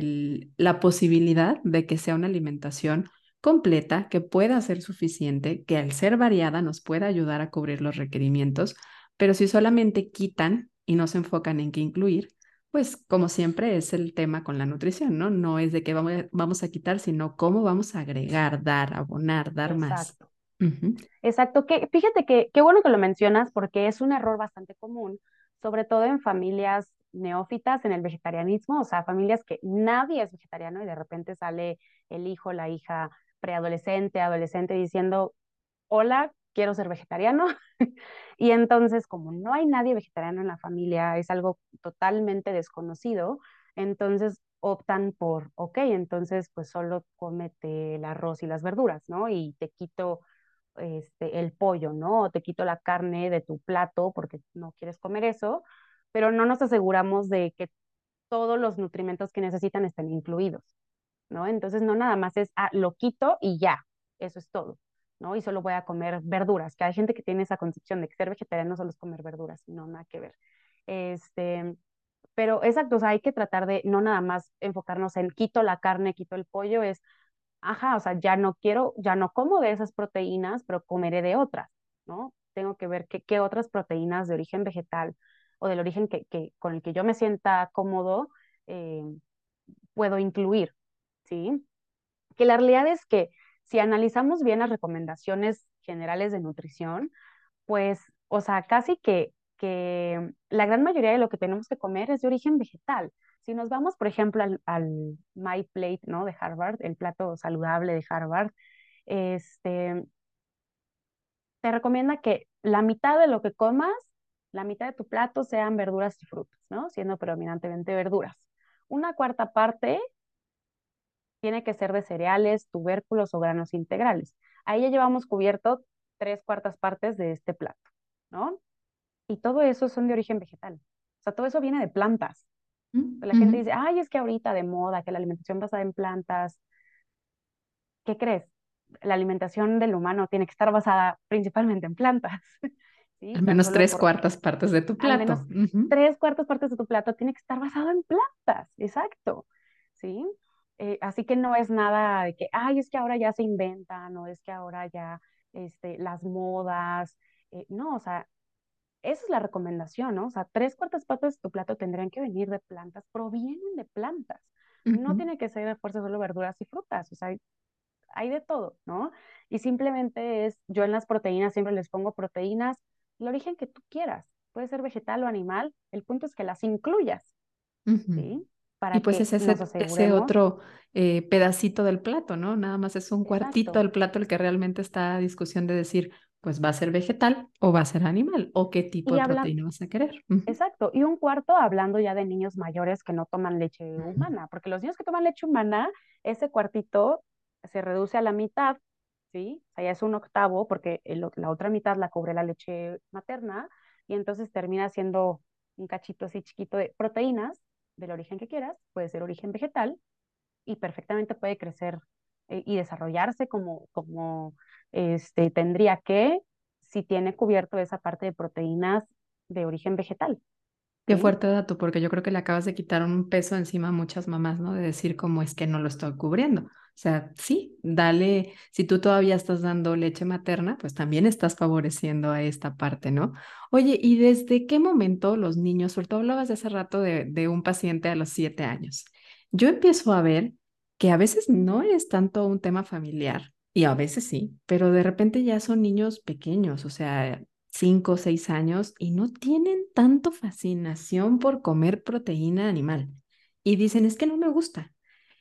la posibilidad de que sea una alimentación completa, que pueda ser suficiente, que al ser variada nos pueda ayudar a cubrir los requerimientos, pero si solamente quitan y no se enfocan en qué incluir, pues como siempre es el tema con la nutrición, ¿no? No es de qué vamos a quitar, sino cómo vamos a agregar, dar, abonar, dar más. Exacto, Ujú, exacto. Fíjate que qué bueno que lo mencionas porque es un error bastante común, sobre todo en familias neófitas en el vegetarianismo, o sea, familias que nadie es vegetariano y de repente sale el hijo, la hija preadolescente, adolescente diciendo, hola, quiero ser vegetariano. Y entonces, como no hay nadie vegetariano en la familia, es algo totalmente desconocido, entonces optan por, ok, entonces pues solo cómete el arroz y las verduras, ¿no? Y te quito el pollo, ¿no? O te quito la carne de tu plato porque no quieres comer eso, pero no nos aseguramos de que todos los nutrimentos que necesitan estén incluidos, ¿no? Entonces no nada más es, lo quito y ya, eso es todo, ¿no? Y solo voy a comer verduras, que hay gente que tiene esa concepción de que ser vegetariano solo es comer verduras, no, nada que ver. Este, pero exacto, o sea, hay que tratar de no nada más enfocarnos en quito la carne, quito el pollo, es, ajá, o sea, ya no quiero, ya no como de esas proteínas, pero comeré de otras, ¿no? tengo que ver qué otras proteínas de origen vegetal o del origen con el que yo me sienta cómodo eh, puedo incluir, ¿sí? Que la realidad es que si analizamos bien las recomendaciones generales de nutrición, pues, o sea, casi que la gran mayoría de lo que tenemos que comer es de origen vegetal. Si nos vamos, por ejemplo, al My Plate, ¿no? De Harvard, el plato saludable de Harvard, este, te recomienda que la mitad de lo que comas, la mitad de tu plato sean verduras y frutas, ¿no? Siendo predominantemente verduras. Una cuarta parte tiene que ser de cereales, tubérculos o granos integrales. Ahí ya llevamos cubierto tres cuartas partes de este plato, ¿no? Y todo eso son de origen vegetal. O sea, todo eso viene de plantas. La gente Ujú. dice, ay, es que ahorita de moda, que la alimentación basada en plantas. ¿Qué crees? La alimentación del humano tiene que estar basada principalmente en plantas, ¿sí? Al Tan menos solo tres por cuartas partes de tu al menos plato. Ujú. tres cuartas partes de tu plato tiene que estar basado en plantas, exacto, ¿sí? Así que no es nada de que, ay, es que ahora ya se inventan, o es que ahora ya las modas, no, o sea, esa es la recomendación, ¿no? O sea, tres cuartas partes de tu plato tendrían que venir de plantas, provienen de plantas. No Ujú. tiene que ser de fuerza solo verduras y frutas, o sea, hay de todo, ¿no? Y simplemente es, yo en las proteínas siempre les pongo proteínas, el origen que tú quieras, puede ser vegetal o animal, el punto es que las incluyas, Ujú. ¿sí? Y Para pues que es nos ese aseguremos, otro pedacito del plato, ¿no? Nada más es un cuartito exacto. del plato el que realmente está a discusión de decir, pues va a ser vegetal o va a ser animal o qué tipo Y de hablan, proteína vas a querer. Ujú. exacto, y un cuarto hablando ya de niños mayores que no toman leche humana, porque los niños que toman leche humana, ese cuartito se reduce a la mitad, ¿sí? O sea, ya es un octavo, porque la otra mitad la cubre la leche materna, y entonces termina siendo un cachito así chiquito de proteínas del origen que quieras, puede ser origen vegetal, y perfectamente puede crecer y desarrollarse como tendría que, si tiene cubierto esa parte de proteínas de origen vegetal, Qué ¿sí? fuerte dato, porque yo creo que le acabas de quitar un peso encima a muchas mamás, ¿no? De decir cómo es que no lo estoy cubriendo. O sea, sí, dale, si tú todavía estás dando leche materna, pues también estás favoreciendo a esta parte, ¿no? Oye, ¿y desde qué momento los niños, sobre todo hablabas de hace rato de un paciente a los 7 años? Yo empiezo a ver que a veces no es tanto un tema familiar, y a veces sí, pero de repente ya son niños pequeños, o sea, 5 o 6 años y no tienen tanto fascinación por comer proteína animal. Y dicen, es que no me gusta.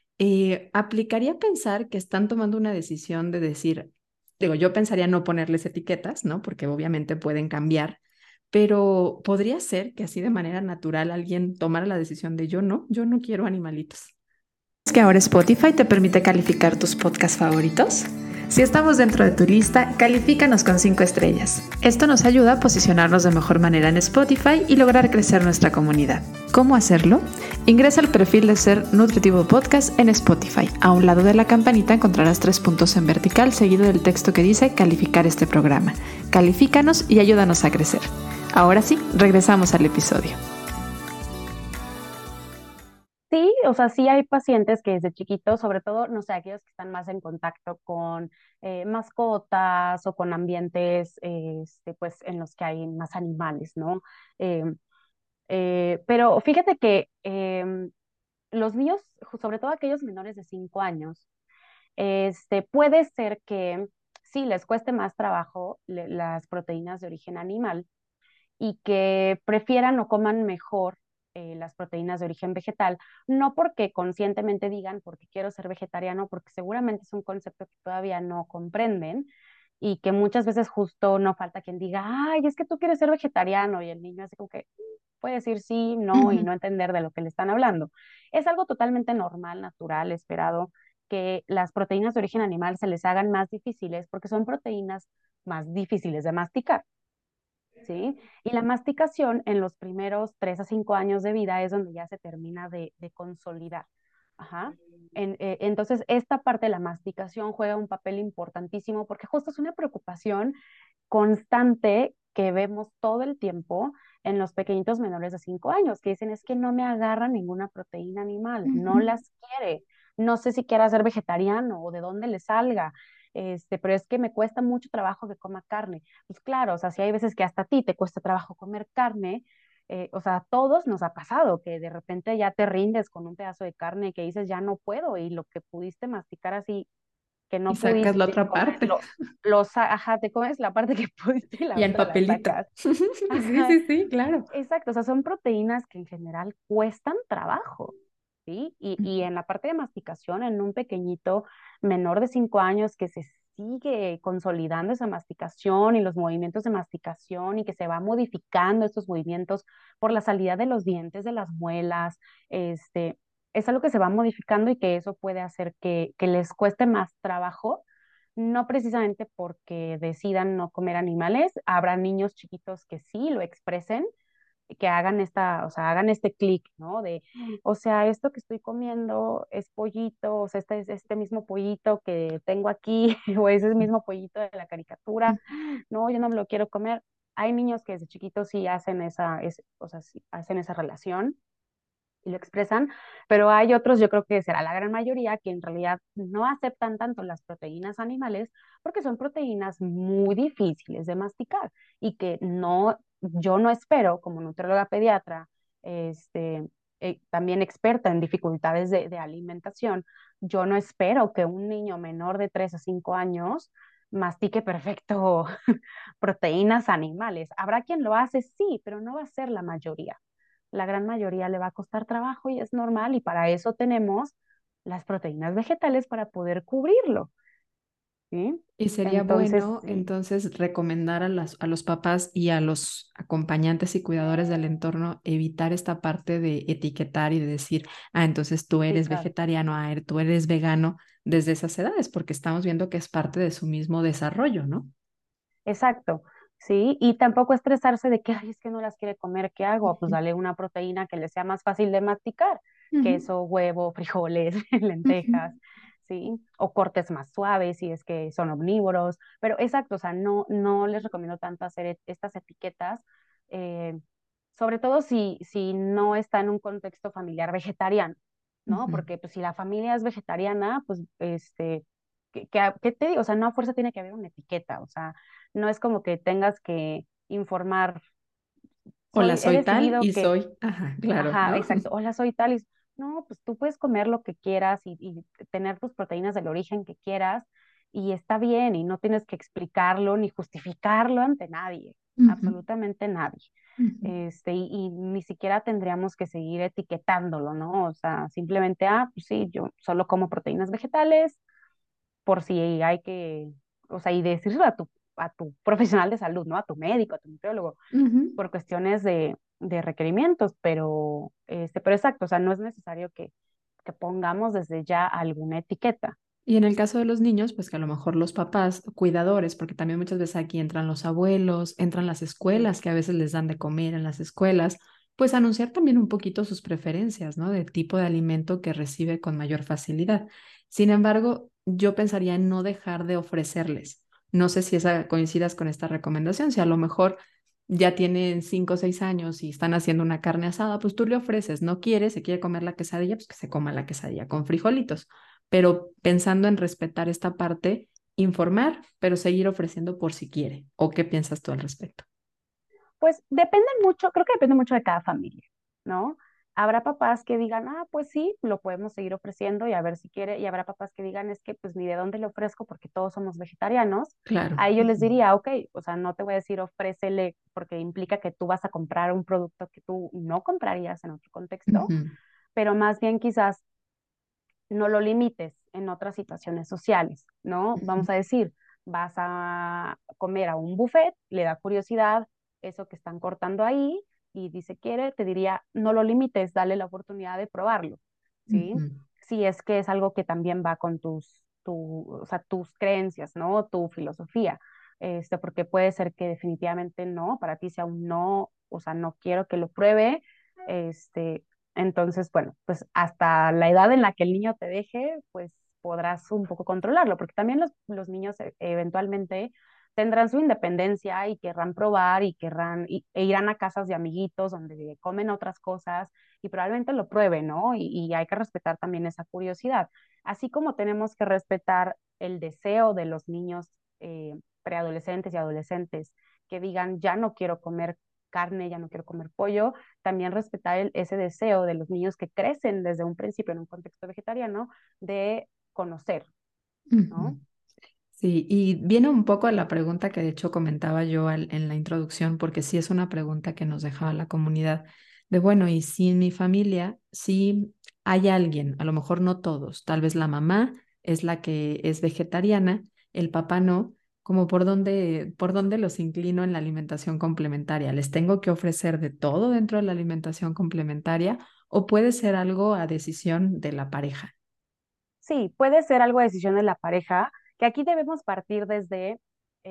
Aplicaría pensar que están tomando una decisión de decir, digo, yo pensaría no ponerles etiquetas, ¿no? Porque obviamente pueden cambiar, pero podría ser que así de manera natural alguien tomara la decisión de yo no quiero animalitos. ¿Es que ahora Spotify te permite calificar tus podcasts favoritos? Si estamos dentro de tu lista, califícanos con 5 estrellas. Esto nos ayuda a posicionarnos de mejor manera en Spotify y lograr crecer nuestra comunidad. ¿Cómo hacerlo? Ingresa al perfil de Ser Nutritivo Podcast en Spotify. A un lado de la campanita encontrarás 3 puntos en vertical seguido del texto que dice calificar este programa. Califícanos y ayúdanos a crecer. Ahora sí, regresamos al episodio. Sí, o sea, sí hay pacientes que desde chiquitos, sobre todo, no sé, aquellos que están más en contacto con mascotas o con ambientes, pues, en los que hay más animales, ¿no? Em, pero fíjate que los niños, sobre todo aquellos menores de 5 años, puede ser que sí les cueste más trabajo las proteínas de origen animal y que prefieran o coman mejor las proteínas de origen vegetal, no porque conscientemente digan porque quiero ser vegetariano, porque seguramente es un concepto que todavía no comprenden y que muchas veces justo no falta quien diga, ay, es que tú quieres ser vegetariano y el niño así como que puede decir sí, no y Ujú. no entender de lo que le están hablando. Es algo totalmente normal, natural, esperado, que las proteínas de origen animal se les hagan más difíciles porque son proteínas más difíciles de masticar. ¿Sí? Y la masticación en los primeros 3 a 5 años de vida es donde ya se termina de consolidar. Ajá. Entonces, esta parte de la masticación juega un papel importantísimo porque justo es una preocupación constante que vemos todo el tiempo en los pequeñitos menores de 5 años, que dicen es que no me agarra ninguna proteína animal, no Ujú. las quiere, no sé si quiera ser vegetariano o de dónde le salga. pero es que me cuesta mucho trabajo que coma carne. Pues claro, o sea, si hay veces que hasta a ti te cuesta trabajo comer carne, o sea, a todos nos ha pasado que de repente ya te rindes con un pedazo de carne que dices, ya no puedo, y lo que pudiste masticar así, que Y no sacas pudiste, la te otra comes parte ajá, te comes la parte que pudiste y la y el otra la papelito. sacas. Sí, Ajá, sí, sí, claro. exacto, o sea, son proteínas que en general cuestan trabajo, ¿sí? Y en la parte de masticación, en un pequeñito menor de 5 años que se sigue consolidando esa masticación y los movimientos de masticación y que se va modificando estos movimientos por la salida de los dientes, de las muelas, este, es algo que se va modificando y que eso puede hacer que les cueste más trabajo, no precisamente porque decidan no comer animales, habrá niños chiquitos que sí lo expresen, que hagan o sea, hagan este clic, ¿no? O sea, esto que estoy comiendo es pollito, o sea, este es este mismo pollito que tengo aquí, o es el mismo pollito de la caricatura, no, yo no me lo quiero comer. Hay niños que desde chiquitos sí hacen o sea, sí hacen esa relación y lo expresan, pero hay otros, yo creo que será la gran mayoría, que en realidad no aceptan tanto las proteínas animales porque son proteínas muy difíciles de masticar y que no, yo no espero como nutrióloga pediatra, este, también experta en dificultades de alimentación, yo no espero que un niño menor de 3 a 5 años mastique perfecto proteínas animales. Habrá quien lo hace, sí, pero no va a ser la mayoría. La gran mayoría le va a costar trabajo y es normal, y para eso tenemos las proteínas vegetales para poder cubrirlo, ¿sí? Y sería Entonces, bueno sí, entonces recomendar a los papás y a los acompañantes y cuidadores del entorno evitar esta parte de etiquetar y de decir, ah, entonces tú sí, eres claro, vegetariano, ah, tú eres vegano desde esas edades, porque estamos viendo que es parte de su mismo desarrollo, ¿no? exacto, sí, y tampoco estresarse de que, ay, es que no las quiere comer, ¿qué hago? Pues Ujú, dale una proteína que le sea más fácil de masticar, ujú, queso, huevo, frijoles, ujú, lentejas, ¿sí? O cortes más suaves si es que son omnívoros, pero exacto, o sea, no les recomiendo tanto hacer estas etiquetas, eh, sobre todo si no está en un contexto familiar vegetariano, ¿no? ujú. Porque pues si la familia es vegetariana, pues ¿qué te digo? O sea, no a fuerza tiene que haber una etiqueta, o sea, no es como que tengas que informar, Hola, he soy tal decidido y que, soy, ajá, claro, ajá, ¿no? exacto, hola, soy tal, y no, pues tú puedes comer lo que quieras y tener tus proteínas del origen que quieras y está bien y no tienes que explicarlo ni justificarlo ante nadie, Ujú, absolutamente nadie. ujú. Y ni siquiera tendríamos que seguir etiquetándolo, ¿no? O sea, simplemente, ah, pues sí, yo solo como proteínas vegetales, por si hay que, o sea, y decirlo a tu profesional de salud, ¿no? A tu médico, a tu nutriólogo, Ujú. por cuestiones de requerimientos, pero exacto, o sea, no es necesario que pongamos desde ya alguna etiqueta. Y en el caso de los niños, pues que a lo mejor los papás, cuidadores, porque también muchas veces aquí entran los abuelos, entran las Sí, escuelas que a veces les dan de comer en las escuelas, pues anunciar también un poquito sus preferencias, ¿no? De tipo de alimento que recibe con mayor facilidad. Sin embargo, yo pensaría en no dejar de ofrecerles. No sé si esa coincidas con esta recomendación, si a lo mejor ya tienen 5 o 6 años y están haciendo una carne asada, pues tú le ofreces, no quiere, se quiere comer la quesadilla, pues que se coma la quesadilla con frijolitos, pero pensando en respetar esta parte, informar, pero seguir ofreciendo por si quiere. ¿O qué piensas tú al respecto? pues depende mucho, creo que depende mucho de cada familia, ¿no? Habrá papás que digan, ah, pues sí, lo podemos seguir ofreciendo y a ver si quiere, y habrá papás que digan, es que pues ni de dónde le ofrezco porque todos somos vegetarianos. Claro. A ellos les Ujú, diría, ok, o sea, no te voy a decir ofrécele porque implica que tú vas a comprar un producto que tú no comprarías en otro contexto, ujú, pero más bien quizás no lo limites en otras situaciones sociales, ¿no? ujú, Vamos a decir, vas a comer a un buffet, le da curiosidad eso que están cortando ahí y dice quiere, te diría, no lo limites, dale la oportunidad de probarlo, ¿sí? ujú, Si es que es algo que también va con o sea, tus creencias, ¿no? Tu filosofía, porque puede ser que definitivamente no, para ti sea un no, o sea, no quiero que lo pruebe, este, entonces, bueno, pues hasta la edad en la que el niño te deje, pues podrás un poco controlarlo, porque también los niños eventualmente tendrán su independencia y querrán probar y e irán a casas de amiguitos donde comen otras cosas y probablemente lo prueben, ¿no? Y hay que respetar también esa curiosidad. Así como tenemos que respetar el deseo de los niños preadolescentes y adolescentes que digan, ya no quiero comer carne, ya no quiero comer pollo, también respetar ese deseo de los niños que crecen desde un principio en un contexto vegetariano de conocer, Ujú. ¿no? Sí, y viene un poco a la pregunta que de hecho comentaba yo en la introducción, porque sí es una pregunta que nos dejaba la comunidad, de bueno, y si en mi familia, si hay alguien, a lo mejor no todos, tal vez la mamá es la que es vegetariana, el papá no, como por dónde los inclino en la alimentación complementaria. ¿Les tengo que ofrecer de todo dentro de la alimentación complementaria o puede ser algo a decisión de la pareja? Sí, puede ser algo de decisión de la pareja, que aquí debemos partir desde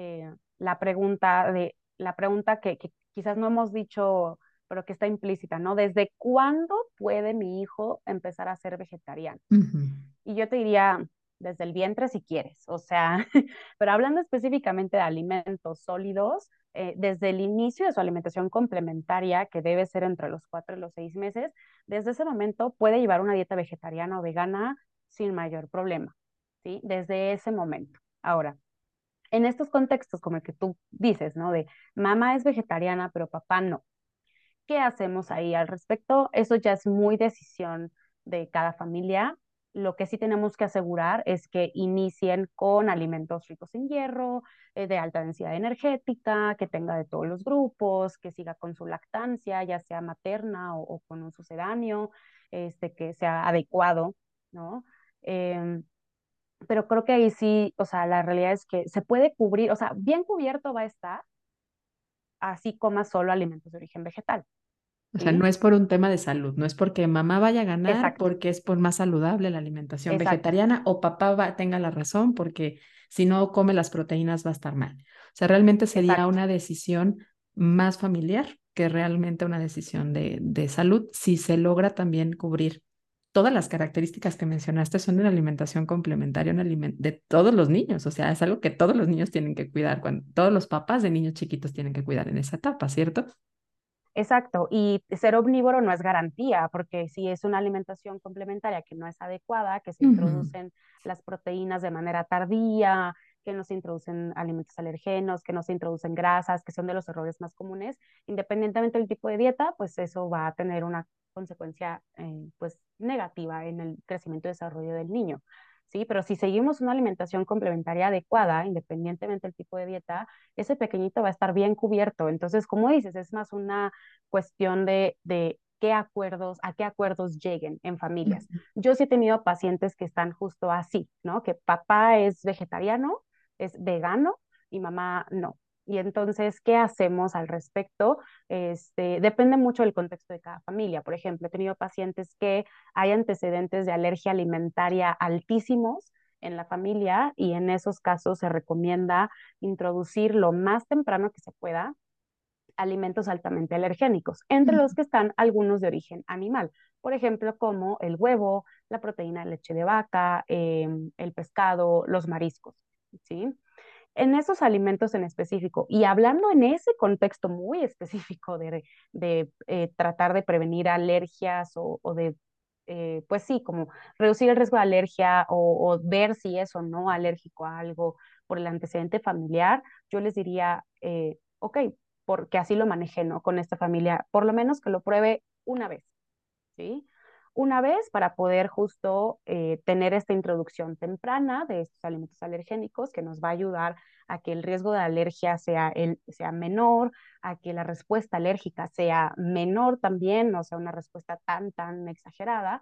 la pregunta que quizás no hemos dicho, pero que está implícita, ¿no? ¿Desde cuándo puede mi hijo empezar a ser vegetariano? Ujú, Y yo te diría, desde el vientre si quieres, o sea, pero hablando específicamente de alimentos sólidos, desde el inicio de su alimentación complementaria, que debe ser entre los 4 y los 6 meses, desde ese momento puede llevar una dieta vegetariana o vegana sin mayor problema, ¿sí? Desde ese momento. Ahora, en estos contextos como el que tú dices, ¿no? De mamá es vegetariana, pero papá no. ¿Qué hacemos ahí al respecto? Eso ya es muy decisión de cada familia. Lo que sí tenemos que asegurar es que inicien con alimentos ricos en hierro, de alta densidad energética, que tenga de todos los grupos, que siga con su lactancia, ya sea materna o con un sucedáneo, que sea adecuado, ¿no? Em, pero creo que ahí sí, o sea, la realidad es que se puede cubrir, o sea, bien cubierto va a estar, así coma solo alimentos de origen vegetal, o sea, no ¿sí? es por un tema de salud, no es porque mamá vaya a ganar, Exacto, porque es por más saludable la alimentación exacto. vegetariana, o papá tenga la razón, porque si no come las proteínas va a estar mal. O sea, realmente sería Exacto, una decisión más familiar que realmente una decisión de salud, si se logra también cubrir todas las características que mencionaste son de una alimentación complementaria, de todos los niños. O sea, es algo que todos los niños tienen que cuidar, cuando todos los papás de niños chiquitos tienen que cuidar en esa etapa, ¿cierto? exacto. Y ser omnívoro no es garantía, porque si es una alimentación complementaria que no es adecuada, que se Ujú, introducen las proteínas de manera tardía, que no se introducen alimentos alergenos, que no se introducen grasas, que son de los errores más comunes, independientemente del tipo de dieta, pues eso va a tener una consecuencia pues negativa en el crecimiento y desarrollo del niño. Sí, pero si seguimos una alimentación complementaria adecuada, independientemente del tipo de dieta, ese pequeñito va a estar bien cubierto. Entonces, como dices, es más una cuestión de a qué acuerdos lleguen en familias. ujú. Yo sí he tenido pacientes que están justo así, ¿no? Que papá es vegetariano, es vegano y mamá no. Y entonces, ¿qué hacemos al respecto? Depende mucho del contexto de cada familia. Por ejemplo, he tenido pacientes que hay antecedentes de alergia alimentaria altísimos en la familia y en esos casos se recomienda introducir lo más temprano que se pueda alimentos altamente alergénicos, entre los que están algunos de origen animal, por ejemplo, como el huevo, la proteína de leche de vaca, el pescado, los mariscos, ¿sí? En esos alimentos en específico y hablando en ese contexto muy específico de tratar de prevenir alergias o de, pues sí, como reducir el riesgo de alergia o ver si es o no alérgico a algo por el antecedente familiar, yo les diría, ok, porque así lo manejé, ¿no? Con esta familia, por lo menos que lo pruebe una vez, ¿sí? Una vez para poder justo tener esta introducción temprana de estos alimentos alergénicos que nos va a ayudar a que el riesgo de alergia sea menor, a que la respuesta alérgica sea menor también, no sea una respuesta tan exagerada,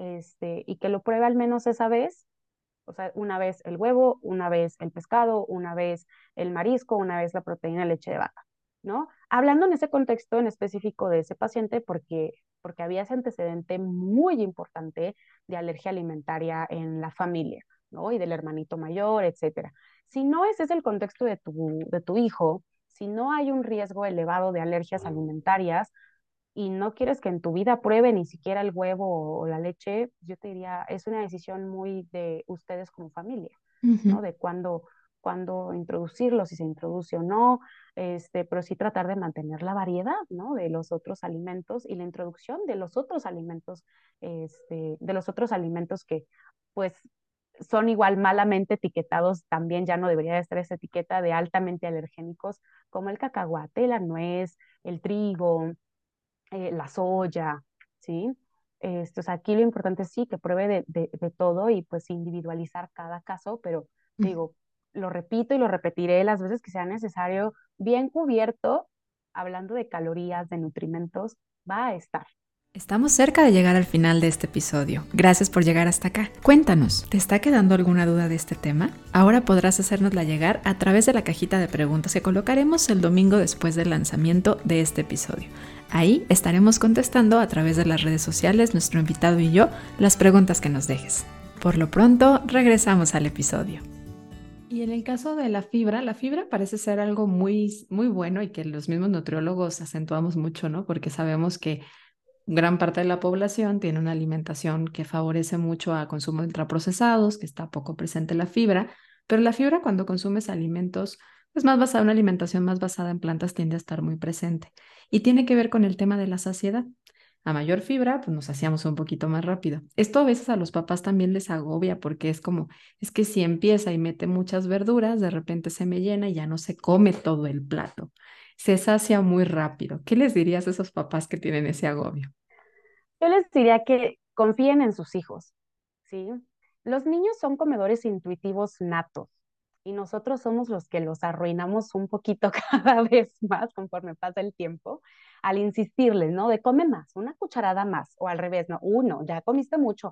y que lo pruebe al menos esa vez, o sea, una vez el huevo, una vez el pescado, una vez el marisco, una vez la proteína de leche de vaca, ¿no? Hablando en ese contexto en específico de ese paciente porque había ese antecedente muy importante de alergia alimentaria en la familia, ¿no? Y del hermanito mayor, etcétera. Si no ese es el contexto de tu hijo, si no hay un riesgo elevado de alergias alimentarias, y no quieres que en tu vida pruebe ni siquiera el huevo o la leche, yo te diría, es una decisión muy de ustedes como familia, ¿no? Ujú, De cuándo introducirlo, si se introduce o no, pero sí tratar de mantener la variedad, ¿no? De los otros alimentos y la introducción de los otros alimentos, que, pues, son igual malamente etiquetados, también ya no debería de estar esa etiqueta de altamente alergénicos, como el cacahuate, la nuez, el trigo, la soya, ¿sí? O sea, aquí lo importante es sí que pruebe de todo y pues individualizar cada caso, pero te digo, lo repito y lo repetiré las veces que sea necesario, bien cubierto, hablando de calorías, de nutrimentos, va a estar. Estamos cerca de llegar al final de este episodio. Gracias por llegar hasta acá. Cuéntanos, ¿te está quedando alguna duda de este tema? Ahora podrás hacérnosla llegar a través de la cajita de preguntas que colocaremos el domingo después del lanzamiento de este episodio. Ahí estaremos contestando a través de las redes sociales, nuestro invitado y yo, las preguntas que nos dejes. Por lo pronto, regresamos al episodio. Y en el caso de la fibra parece ser algo muy, muy bueno y que los mismos nutriólogos acentuamos mucho, ¿no? Porque sabemos que gran parte de la población tiene una alimentación que favorece mucho a consumo de ultraprocesados, que está poco presente la fibra, pero la fibra cuando consumes alimentos, pues más basada, una alimentación más basada en plantas tiende a estar muy presente. Y tiene que ver con el tema de la saciedad. A mayor fibra, pues nos saciamos un poquito más rápido. Esto a veces a los papás también les agobia porque es como, es que si empieza y mete muchas verduras, de repente se me llena y ya no se come todo el plato. Se sacia muy rápido. ¿Qué les dirías a esos papás que tienen ese agobio? Yo les diría que confíen en sus hijos, ¿sí? Los niños son comedores intuitivos natos y nosotros somos los que los arruinamos un poquito cada vez más conforme pasa el tiempo al insistirles, ¿no? De come más, una cucharada más, o al revés, no, uno, ya comiste mucho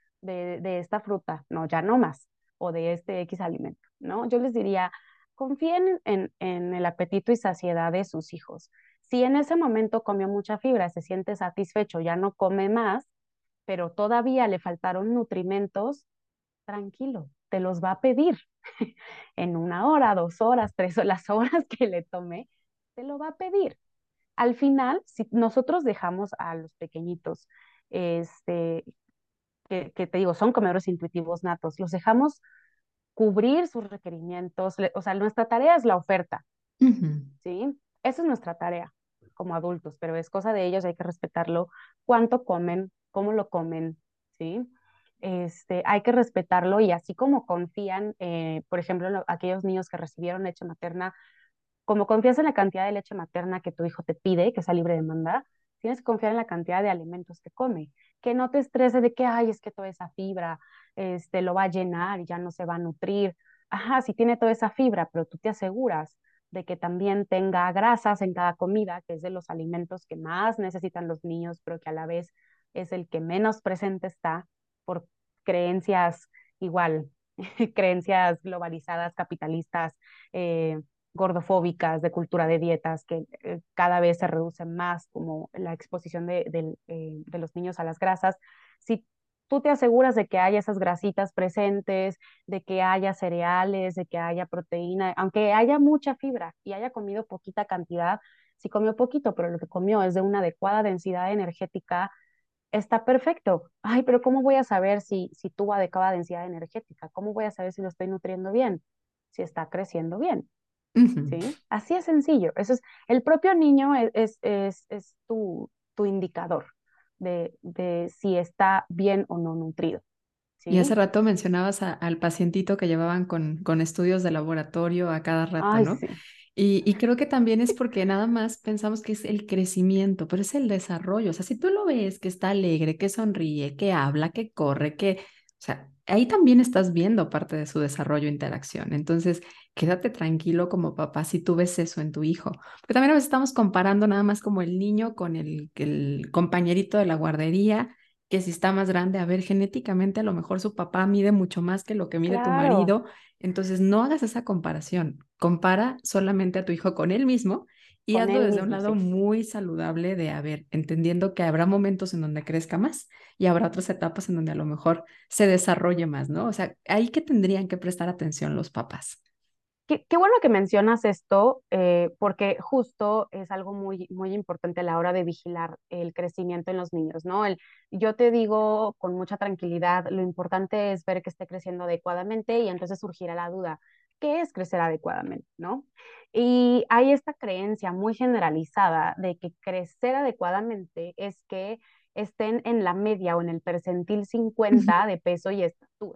de esta fruta, no, ya no más, o de este X alimento, ¿no? Yo les diría, confíen en el apetito y saciedad de sus hijos. Si en ese momento comió mucha fibra, se siente satisfecho, ya no come más, pero todavía le faltaron nutrimentos, tranquilo, te los va a pedir en 1 hora, 2 horas, 3 horas, las horas que le tome, te lo va a pedir. Al final, si nosotros dejamos a los pequeñitos, este, que te digo, son comedores intuitivos natos, los dejamos cubrir sus requerimientos, o sea, nuestra tarea es la oferta, Ujú. ¿sí? Esa es nuestra tarea como adultos, pero es cosa de ellos, hay que respetarlo, cuánto comen, cómo lo comen, ¿sí? Hay que respetarlo y así como confían, por ejemplo, en aquellos niños que recibieron leche materna, como confías en la cantidad de leche materna que tu hijo te pide, que es a libre demanda, tienes que confiar en la cantidad de alimentos que come, que no te estrese de que, ay, es que toda esa fibra, lo va a llenar y ya no se va a nutrir. Ajá, sí tiene toda esa fibra, pero tú te aseguras de que también tenga grasas en cada comida, que es de los alimentos que más necesitan los niños, pero que a la vez es el que menos presente está por creencias igual, creencias globalizadas, capitalistas, eh, gordofóbicas, de cultura de dietas, que cada vez se reduce más como la exposición de los niños a las grasas. Si tú te aseguras de que haya esas grasitas presentes, de que haya cereales, de que haya proteína, aunque haya mucha fibra y haya comido poquita cantidad, si comió poquito, pero lo que comió es de una adecuada densidad energética, está perfecto. Ay, pero ¿cómo voy a saber si tuvo adecuada densidad energética? ¿Cómo voy a saber si lo estoy nutriendo bien? Si está creciendo bien. Ujú. ¿Sí? Así es sencillo. Eso es, el propio niño es tu indicador de si está bien o no nutrido. Y hace ¿Sí? rato mencionabas al pacientito que llevaban con estudios de laboratorio a cada rato, Ay, ¿no? sí. Y creo que también es porque nada más pensamos que es el crecimiento, pero es el desarrollo. O sea, si tú lo ves que está alegre, que sonríe, que habla, que corre, o sea, ahí también estás viendo parte de su desarrollo e interacción. Entonces, quédate tranquilo como papá si tú ves eso en tu hijo. Porque también a veces estamos comparando nada más como el niño con el compañerito de la guardería que si está más grande, a ver, genéticamente a lo mejor su papá mide mucho más que lo que mide tu Claro, marido, entonces no hagas esa comparación, compara solamente a tu hijo con él mismo y con hazlo él desde un mismo, lado sí. muy saludable de, a ver, entendiendo que habrá momentos en donde crezca más y habrá otras etapas en donde a lo mejor se desarrolle más, ¿no? O sea, ahí que tendrían que prestar atención los papás. Qué bueno que mencionas esto, porque justo es algo muy, muy importante a la hora de vigilar el crecimiento en los niños, ¿no? Yo te digo con mucha tranquilidad, lo importante es ver que esté creciendo adecuadamente y entonces surgirá la duda, ¿qué es crecer adecuadamente, ¿no? Y hay esta creencia muy generalizada de que crecer adecuadamente es que estén en la media o en el percentil 50 de peso y estatura.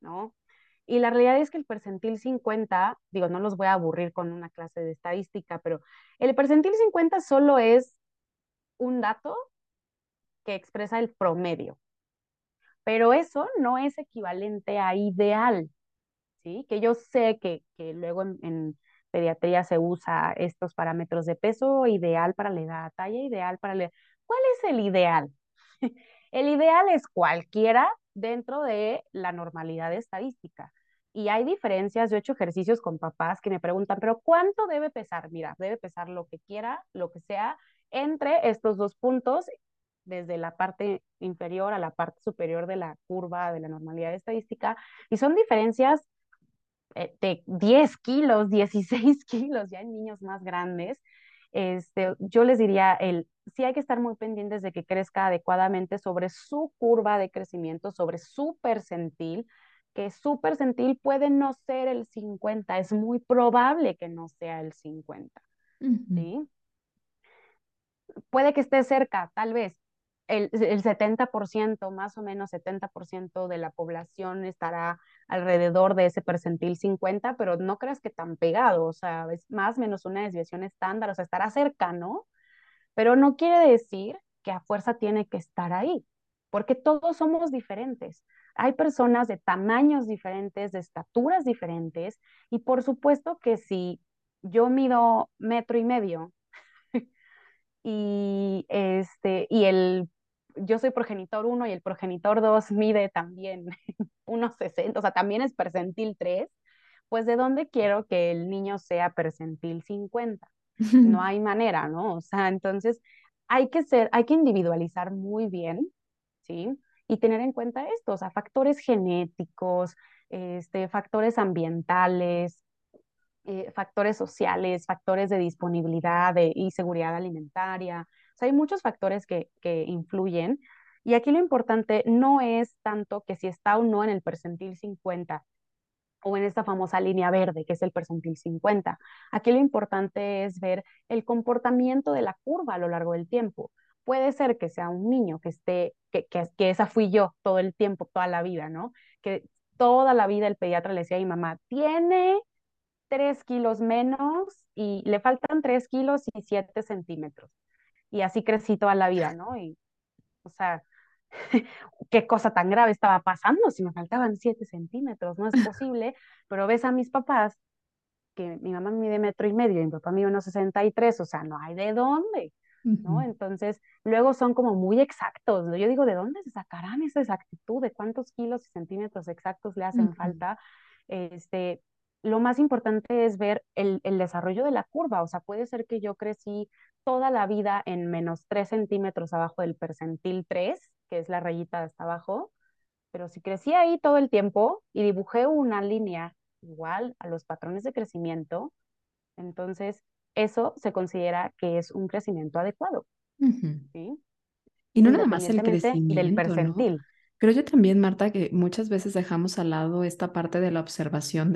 ¿no? Y la realidad es que el percentil 50, digo, no los voy a aburrir con una clase de estadística, pero el percentil 50 solo es un dato que expresa el promedio, pero eso no es equivalente a ideal, ¿sí? Que yo sé que luego en pediatría se usa estos parámetros de peso ideal para la edad, talla ideal para la edad. ¿Cuál es el ideal? El ideal es cualquiera dentro de la normalidad estadística. Y hay diferencias. Yo he hecho ejercicios con papás que me preguntan, pero ¿cuánto debe pesar? Mira, debe pesar lo que quiera, lo que sea, entre estos dos puntos, desde la parte inferior a la parte superior de la curva de la normalidad estadística. Y son diferencias de 10 kilos, 16 kilos, ya en niños más grandes. Yo les diría, sí hay que estar muy pendientes de que crezca adecuadamente sobre su curva de crecimiento, sobre su percentil, que su percentil puede no ser el 50, es muy probable que no sea el 50, Ujú. ¿sí? Puede que esté cerca, tal vez. El 70%, más o menos 70% de la población estará alrededor de ese percentil 50, pero no creas que tan pegado, o sea, es más o menos una desviación estándar, o sea, estará cercano, pero no quiere decir que a fuerza tiene que estar ahí, porque todos somos diferentes. Hay personas de tamaños diferentes, de estaturas diferentes, y por supuesto que si yo mido 1,5 metros yo soy progenitor uno y el progenitor 2 mide también 1,60, o sea, también es percentil 3, pues ¿de dónde quiero que el niño sea percentil 50? No hay manera, ¿no? O sea, entonces hay que individualizar muy bien, ¿sí? Y tener en cuenta esto, o sea, factores genéticos, factores ambientales, factores sociales, factores de disponibilidad y seguridad alimentaria. O sea, hay muchos factores que influyen. Y aquí lo importante no es tanto que si está o no en el percentil 50 o en esta famosa línea verde, que es el percentil 50. Aquí lo importante es ver el comportamiento de la curva a lo largo del tiempo. Puede ser que sea un niño que esté, que esa fui yo todo el tiempo, toda la vida, ¿no? Que toda la vida el pediatra le decía a mi mamá, tiene 3 kilos menos y le faltan 3 kilos y 7 centímetros. Y así crecí toda la vida, ¿no? Y, o sea, qué cosa tan grave estaba pasando si me faltaban 7 centímetros, no es posible, pero ves a mis papás, que mi mamá mide 1,5 metros y mi papá mide 1,63, o sea, no hay de dónde, ¿no? Ujú. Entonces, luego son como muy exactos, ¿no? Yo digo, ¿de dónde se sacarán esa exactitud? ¿De cuántos kilos y centímetros exactos le hacen Ujú. falta? Este, lo más importante es ver el desarrollo de la curva, o sea, puede ser que yo crecí toda la vida en -3 centímetros abajo del percentil 3, que es la rayita de hasta abajo, pero si crecí ahí todo el tiempo y dibujé una línea igual a los patrones de crecimiento, entonces eso se considera que es un crecimiento adecuado, Ujú. ¿sí? Y no nada más el Independientemente del crecimiento, ¿no? percentil, Creo yo también, Marta, que muchas veces dejamos al lado esta parte de la observación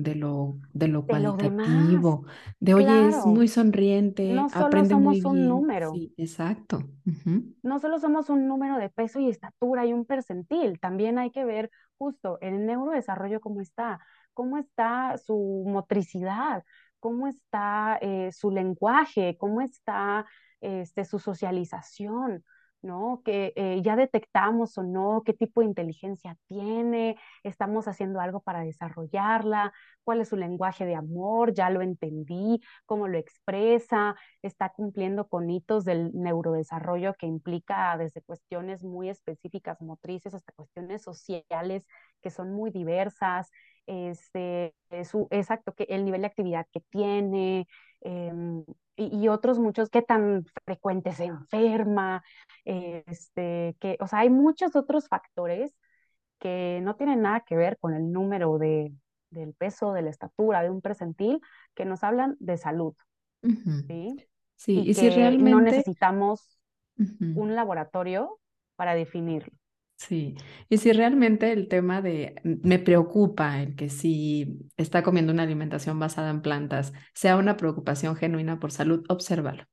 de lo de lo demás, cualitativo, de oye, es claro, muy sonriente, no solo aprende muy somos un bien. número, Sí, exacto. Ujú. no solo somos un número de peso y estatura y un percentil, también hay que ver justo el neurodesarrollo cómo está su motricidad, cómo está su lenguaje, cómo está su socialización, ¿no? Que ya detectamos o no qué tipo de inteligencia tiene, estamos haciendo algo para desarrollarla, cuál es su lenguaje de amor, ya lo entendí, cómo lo expresa, está cumpliendo con hitos del neurodesarrollo que implica desde cuestiones muy específicas motrices hasta cuestiones sociales que son muy diversas, exacto, que el nivel de actividad que tiene, y otros muchos, qué tan frecuente se enferma, o sea, hay muchos otros factores que no tienen nada que ver con el número del peso, de la estatura, de un percentil, que nos hablan de salud, Ujú. ¿sí? Sí, Y y si que no realmente, necesitamos ujú, un laboratorio para definirlo. sí, y si realmente el tema de, me preocupa el que si está comiendo una alimentación basada en plantas sea una preocupación genuina por salud, obsérvalo.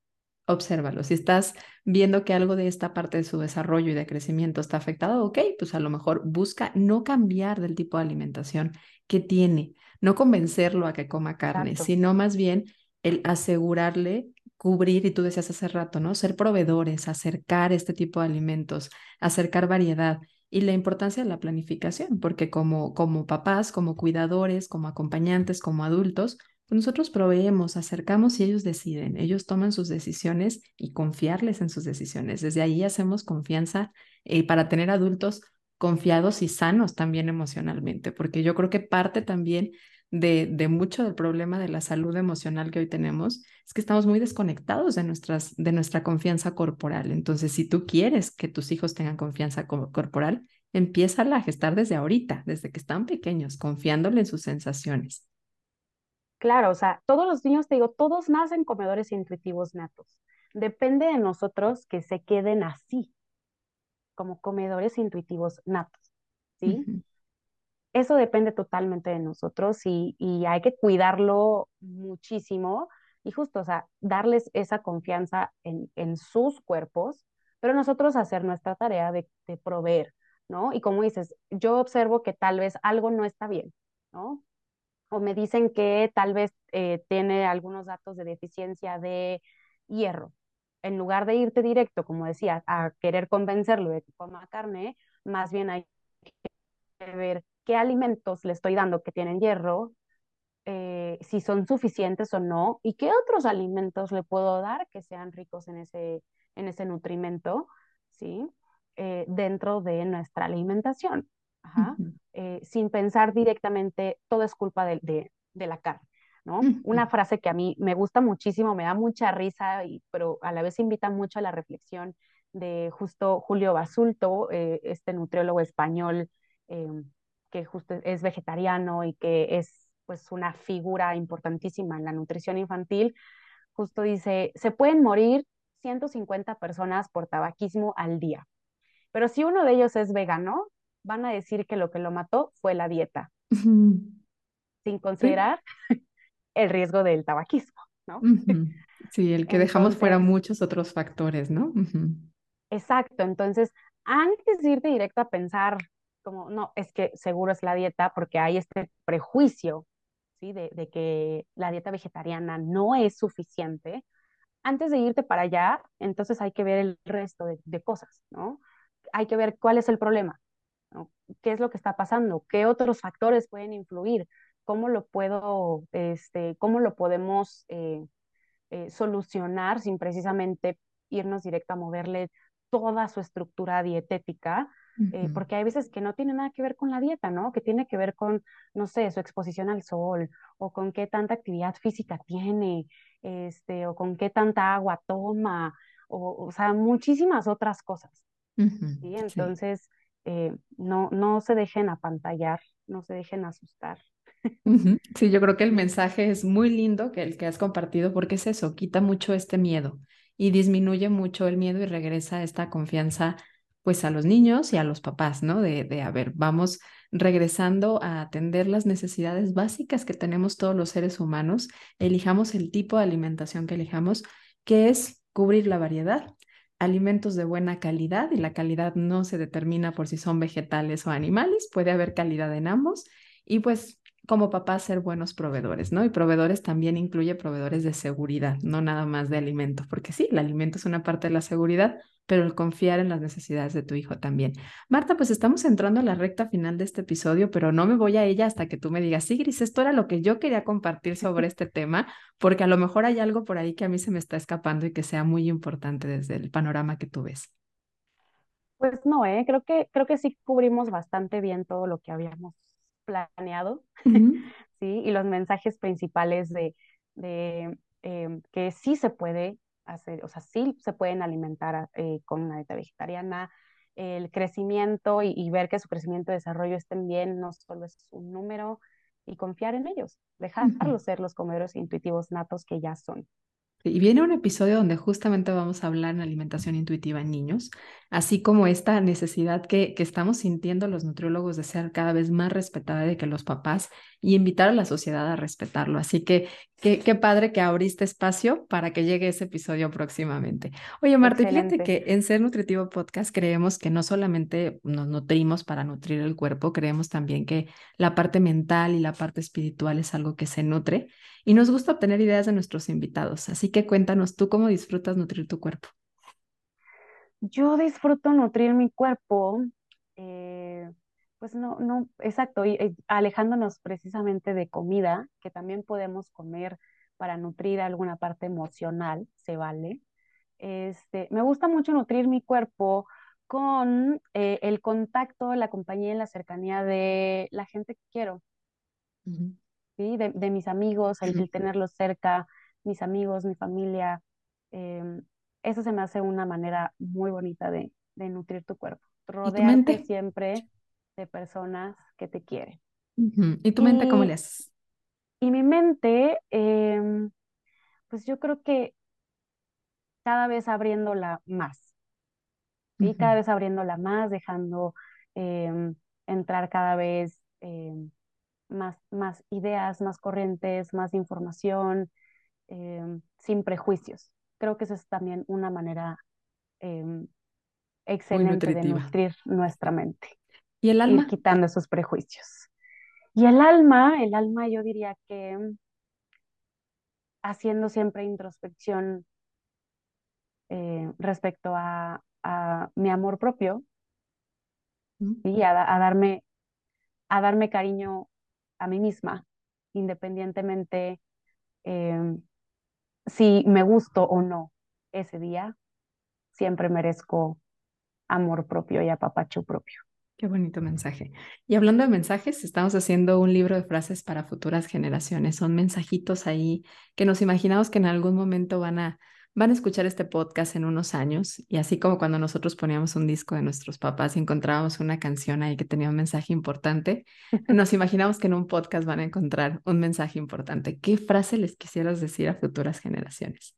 obsérvalo. Si estás viendo que algo de esta parte de su desarrollo y de crecimiento está afectado, ok, pues a lo mejor busca no cambiar del tipo de alimentación que tiene, no convencerlo a que coma carne, Exacto. sino más bien el asegurarle cubrir, y tú decías hace rato, ¿no? Ser proveedores, acercar este tipo de alimentos, acercar variedad y la importancia de la planificación, porque como papás, como cuidadores, como acompañantes, como adultos, pues nosotros proveemos, acercamos y ellos deciden, ellos toman sus decisiones y confiarles en sus decisiones. Desde ahí hacemos confianza para tener adultos confiados y sanos también emocionalmente, porque yo creo que parte también de mucho del problema de la salud emocional que hoy tenemos es que estamos muy desconectados de nuestra confianza corporal. Entonces, si tú quieres que tus hijos tengan confianza corporal, empieza a gestar desde ahorita, desde que están pequeños, confiándole en sus sensaciones. Claro, o sea, todos los niños, te digo, todos nacen comedores intuitivos natos. Depende de nosotros que se queden así, como comedores intuitivos natos, ¿sí? Ujú, Eso depende totalmente de nosotros y hay que cuidarlo muchísimo y justo, o sea, darles esa confianza en sus cuerpos, pero nosotros hacer nuestra tarea de proveer, ¿no? Y como dices, yo observo que tal vez algo no está bien, ¿no? O me dicen que tal vez tiene algunos datos de deficiencia de hierro. En lugar de irte directo, como decía, a querer convencerlo de que coma carne, más bien hay que ver qué alimentos le estoy dando que tienen hierro, si son suficientes o no, y qué otros alimentos le puedo dar que sean ricos en ese nutrimento, ¿sí? Dentro de nuestra alimentación. Ajá. ujú, Sin pensar directamente, todo es culpa de la carne, ¿no? ujú, Una frase que a mí me gusta muchísimo, me da mucha risa, pero a la vez invita mucho a la reflexión de justo Julio Basulto, este nutriólogo español eh, que justo es vegetariano y que es pues una figura importantísima en la nutrición infantil, justo dice, se pueden morir 150 personas por tabaquismo al día, pero si uno de ellos es vegano, van a decir que lo que lo mató fue la dieta, ujú. sin Sí, considerar el riesgo del tabaquismo, ¿no? ujú. Sí, el que dejamos fuera Entonces, muchos otros factores, ¿no? Ujú, exacto, entonces, antes de irte directo a pensar como, no, es que seguro es la dieta, porque hay este prejuicio, ¿sí? De que la dieta vegetariana no es suficiente, antes de irte para allá, entonces hay que ver el resto de cosas, ¿no? Hay que ver cuál es el problema, ¿no? ¿Qué es lo que está pasando? ¿Qué otros factores pueden influir? ¿Cómo lo puedo, cómo lo podemos solucionar sin precisamente irnos directo a moverle toda su estructura dietética? ujú, Porque hay veces que no tiene nada que ver con la dieta, ¿no? Que tiene que ver con, no sé, su exposición al sol, o con qué tanta actividad física tiene, o con qué tanta agua toma, o sea, muchísimas otras cosas, ujú. ¿sí? Sí. Entonces, no se dejen apantallar, no se dejen asustar. Ujú. Sí, yo creo que el mensaje es muy lindo que el que has compartido porque es eso, quita mucho este miedo y disminuye mucho el miedo y regresa esta confianza pues a los niños y a los papás, ¿no? A ver, vamos regresando a atender las necesidades básicas que tenemos todos los seres humanos, elijamos el tipo de alimentación que elijamos, que es cubrir la variedad, alimentos de buena calidad y la calidad no se determina por si son vegetales o animales, puede haber calidad en ambos. Y pues como papás ser buenos proveedores, ¿no? Y proveedores también incluye proveedores de seguridad, no nada más de alimento, porque sí, el alimento es una parte de la seguridad, pero el confiar en las necesidades de tu hijo también. Marta, pues estamos entrando a la recta final de este episodio, pero no me voy a ella hasta que tú me digas, sí, Gris, esto era lo que yo quería compartir sobre este tema, porque a lo mejor hay algo por ahí que a mí se me está escapando y que sea muy importante desde el panorama que tú ves. Pues no, creo que sí cubrimos bastante bien todo lo que habíamos planeado, Ujú, ¿sí? Y los mensajes principales que sí se puede hacer, o sea, sí se pueden alimentar con una dieta vegetariana, el crecimiento y ver que su crecimiento y desarrollo estén bien, no solo es un número, y confiar en ellos, ujú. dejarlos ser los comederos intuitivos natos que ya son. Y viene un episodio donde justamente vamos a hablar en alimentación intuitiva en niños, así como esta necesidad que estamos sintiendo los nutriólogos de ser cada vez más respetada de que los papás y invitar a la sociedad a respetarlo. Así que qué padre que abriste espacio para que llegue ese episodio próximamente. Oye, Marta, y fíjate Excelente. que en Ser Nutritivo Podcast creemos que no solamente nos nutrimos para nutrir el cuerpo, creemos también que la parte mental y la parte espiritual es algo que se nutre y nos gusta obtener ideas de nuestros invitados. Así que cuéntanos tú cómo disfrutas nutrir tu cuerpo. Yo disfruto nutrir mi cuerpo, eh, pues no, exacto, y alejándonos precisamente de comida, que también podemos comer para nutrir alguna parte emocional, se vale. Me gusta mucho nutrir mi cuerpo con el contacto, la compañía y la cercanía de la gente que quiero, Ujú. ¿sí? De mis amigos, el tenerlos cerca, mis amigos, mi familia. em, Eso se me hace una manera muy bonita de nutrir tu cuerpo. ¿Y tu Rodearte mente? siempre de personas que te quieren. Ujú. ¿Y tu mente cómo le Y, haces? y mi mente, pues yo creo que cada vez abriéndola más, ¿sí? Ujú. Cada vez abriéndola más, dejando entrar cada vez más ideas, más corrientes, más información, sin prejuicios. Creo que esa es también una manera em, Muy excelente de nutritiva. nutrir nuestra mente, ¿Y el ir alma? quitando esos prejuicios. Y el alma yo diría que haciendo siempre introspección respecto a mi amor propio, Mm. ¿sí? A darme cariño a mí misma, independientemente em, si me gusto o no ese día, siempre merezco amor propio y apapacho propio. Qué bonito mensaje. Y hablando de mensajes, estamos haciendo un libro de frases para futuras generaciones. Son mensajitos ahí que nos imaginamos que en algún momento van a escuchar este podcast en unos años. Y así como cuando nosotros poníamos un disco de nuestros papás y encontrábamos una canción ahí que tenía un mensaje importante, nos imaginamos que en un podcast van a encontrar un mensaje importante. ¿Qué frase les quisieras decir a futuras generaciones?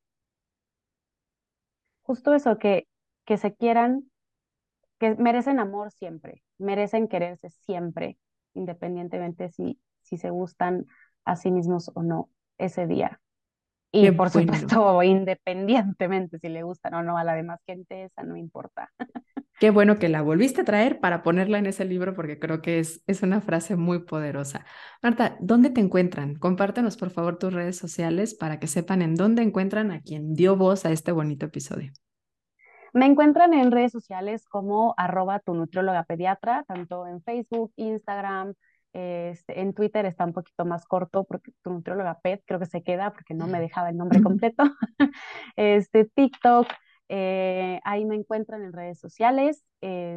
Justo eso, que se quieran, que merecen amor siempre, merecen quererse siempre, independientemente si se gustan a sí mismos o no ese día. Qué Y por bueno. supuesto, independientemente si le gustan o no a la demás gente, esa no importa. Qué bueno que la volviste a traer para ponerla en ese libro porque creo que es una frase muy poderosa. Marta, ¿dónde te encuentran? Compártenos por favor tus redes sociales para que sepan en dónde encuentran a quien dio voz a este bonito episodio. Me encuentran en redes sociales como @tu nutrióloga pediatra, tanto en Facebook, Instagram, en Twitter está un poquito más corto porque tu nutrióloga ped creo que se queda porque no me dejaba el nombre completo. TikTok, ahí me encuentran en redes sociales.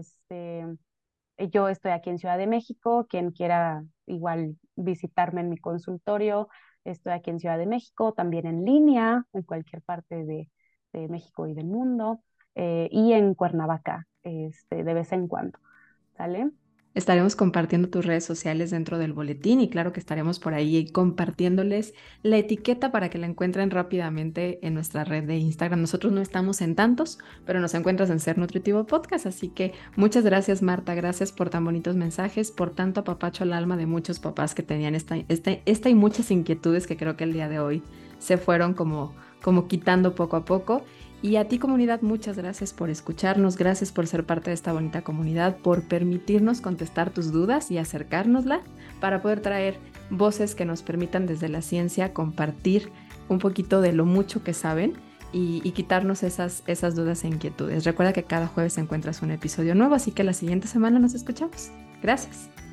Yo estoy aquí en Ciudad de México, quien quiera igual visitarme en mi consultorio, estoy aquí en Ciudad de México, también en línea, en cualquier parte de México y del mundo, y en Cuernavaca, de vez en cuando, ¿sale? Estaremos compartiendo tus redes sociales dentro del boletín y claro que estaremos por ahí compartiéndoles la etiqueta para que la encuentren rápidamente en nuestra red de Instagram. Nosotros no estamos en tantos, pero nos encuentras en Ser Nutritivo Podcast, así que muchas gracias Marta, gracias por tan bonitos mensajes, por tanto apapacho al alma de muchos papás que tenían esta y muchas inquietudes que creo que el día de hoy se fueron como quitando poco a poco. Y a ti comunidad, muchas gracias por escucharnos, gracias por ser parte de esta bonita comunidad, por permitirnos contestar tus dudas y acercárnosla para poder traer voces que nos permitan desde la ciencia compartir un poquito de lo mucho que saben y quitarnos esas dudas e inquietudes. Recuerda que cada jueves encuentras un episodio nuevo, así que la siguiente semana nos escuchamos. Gracias.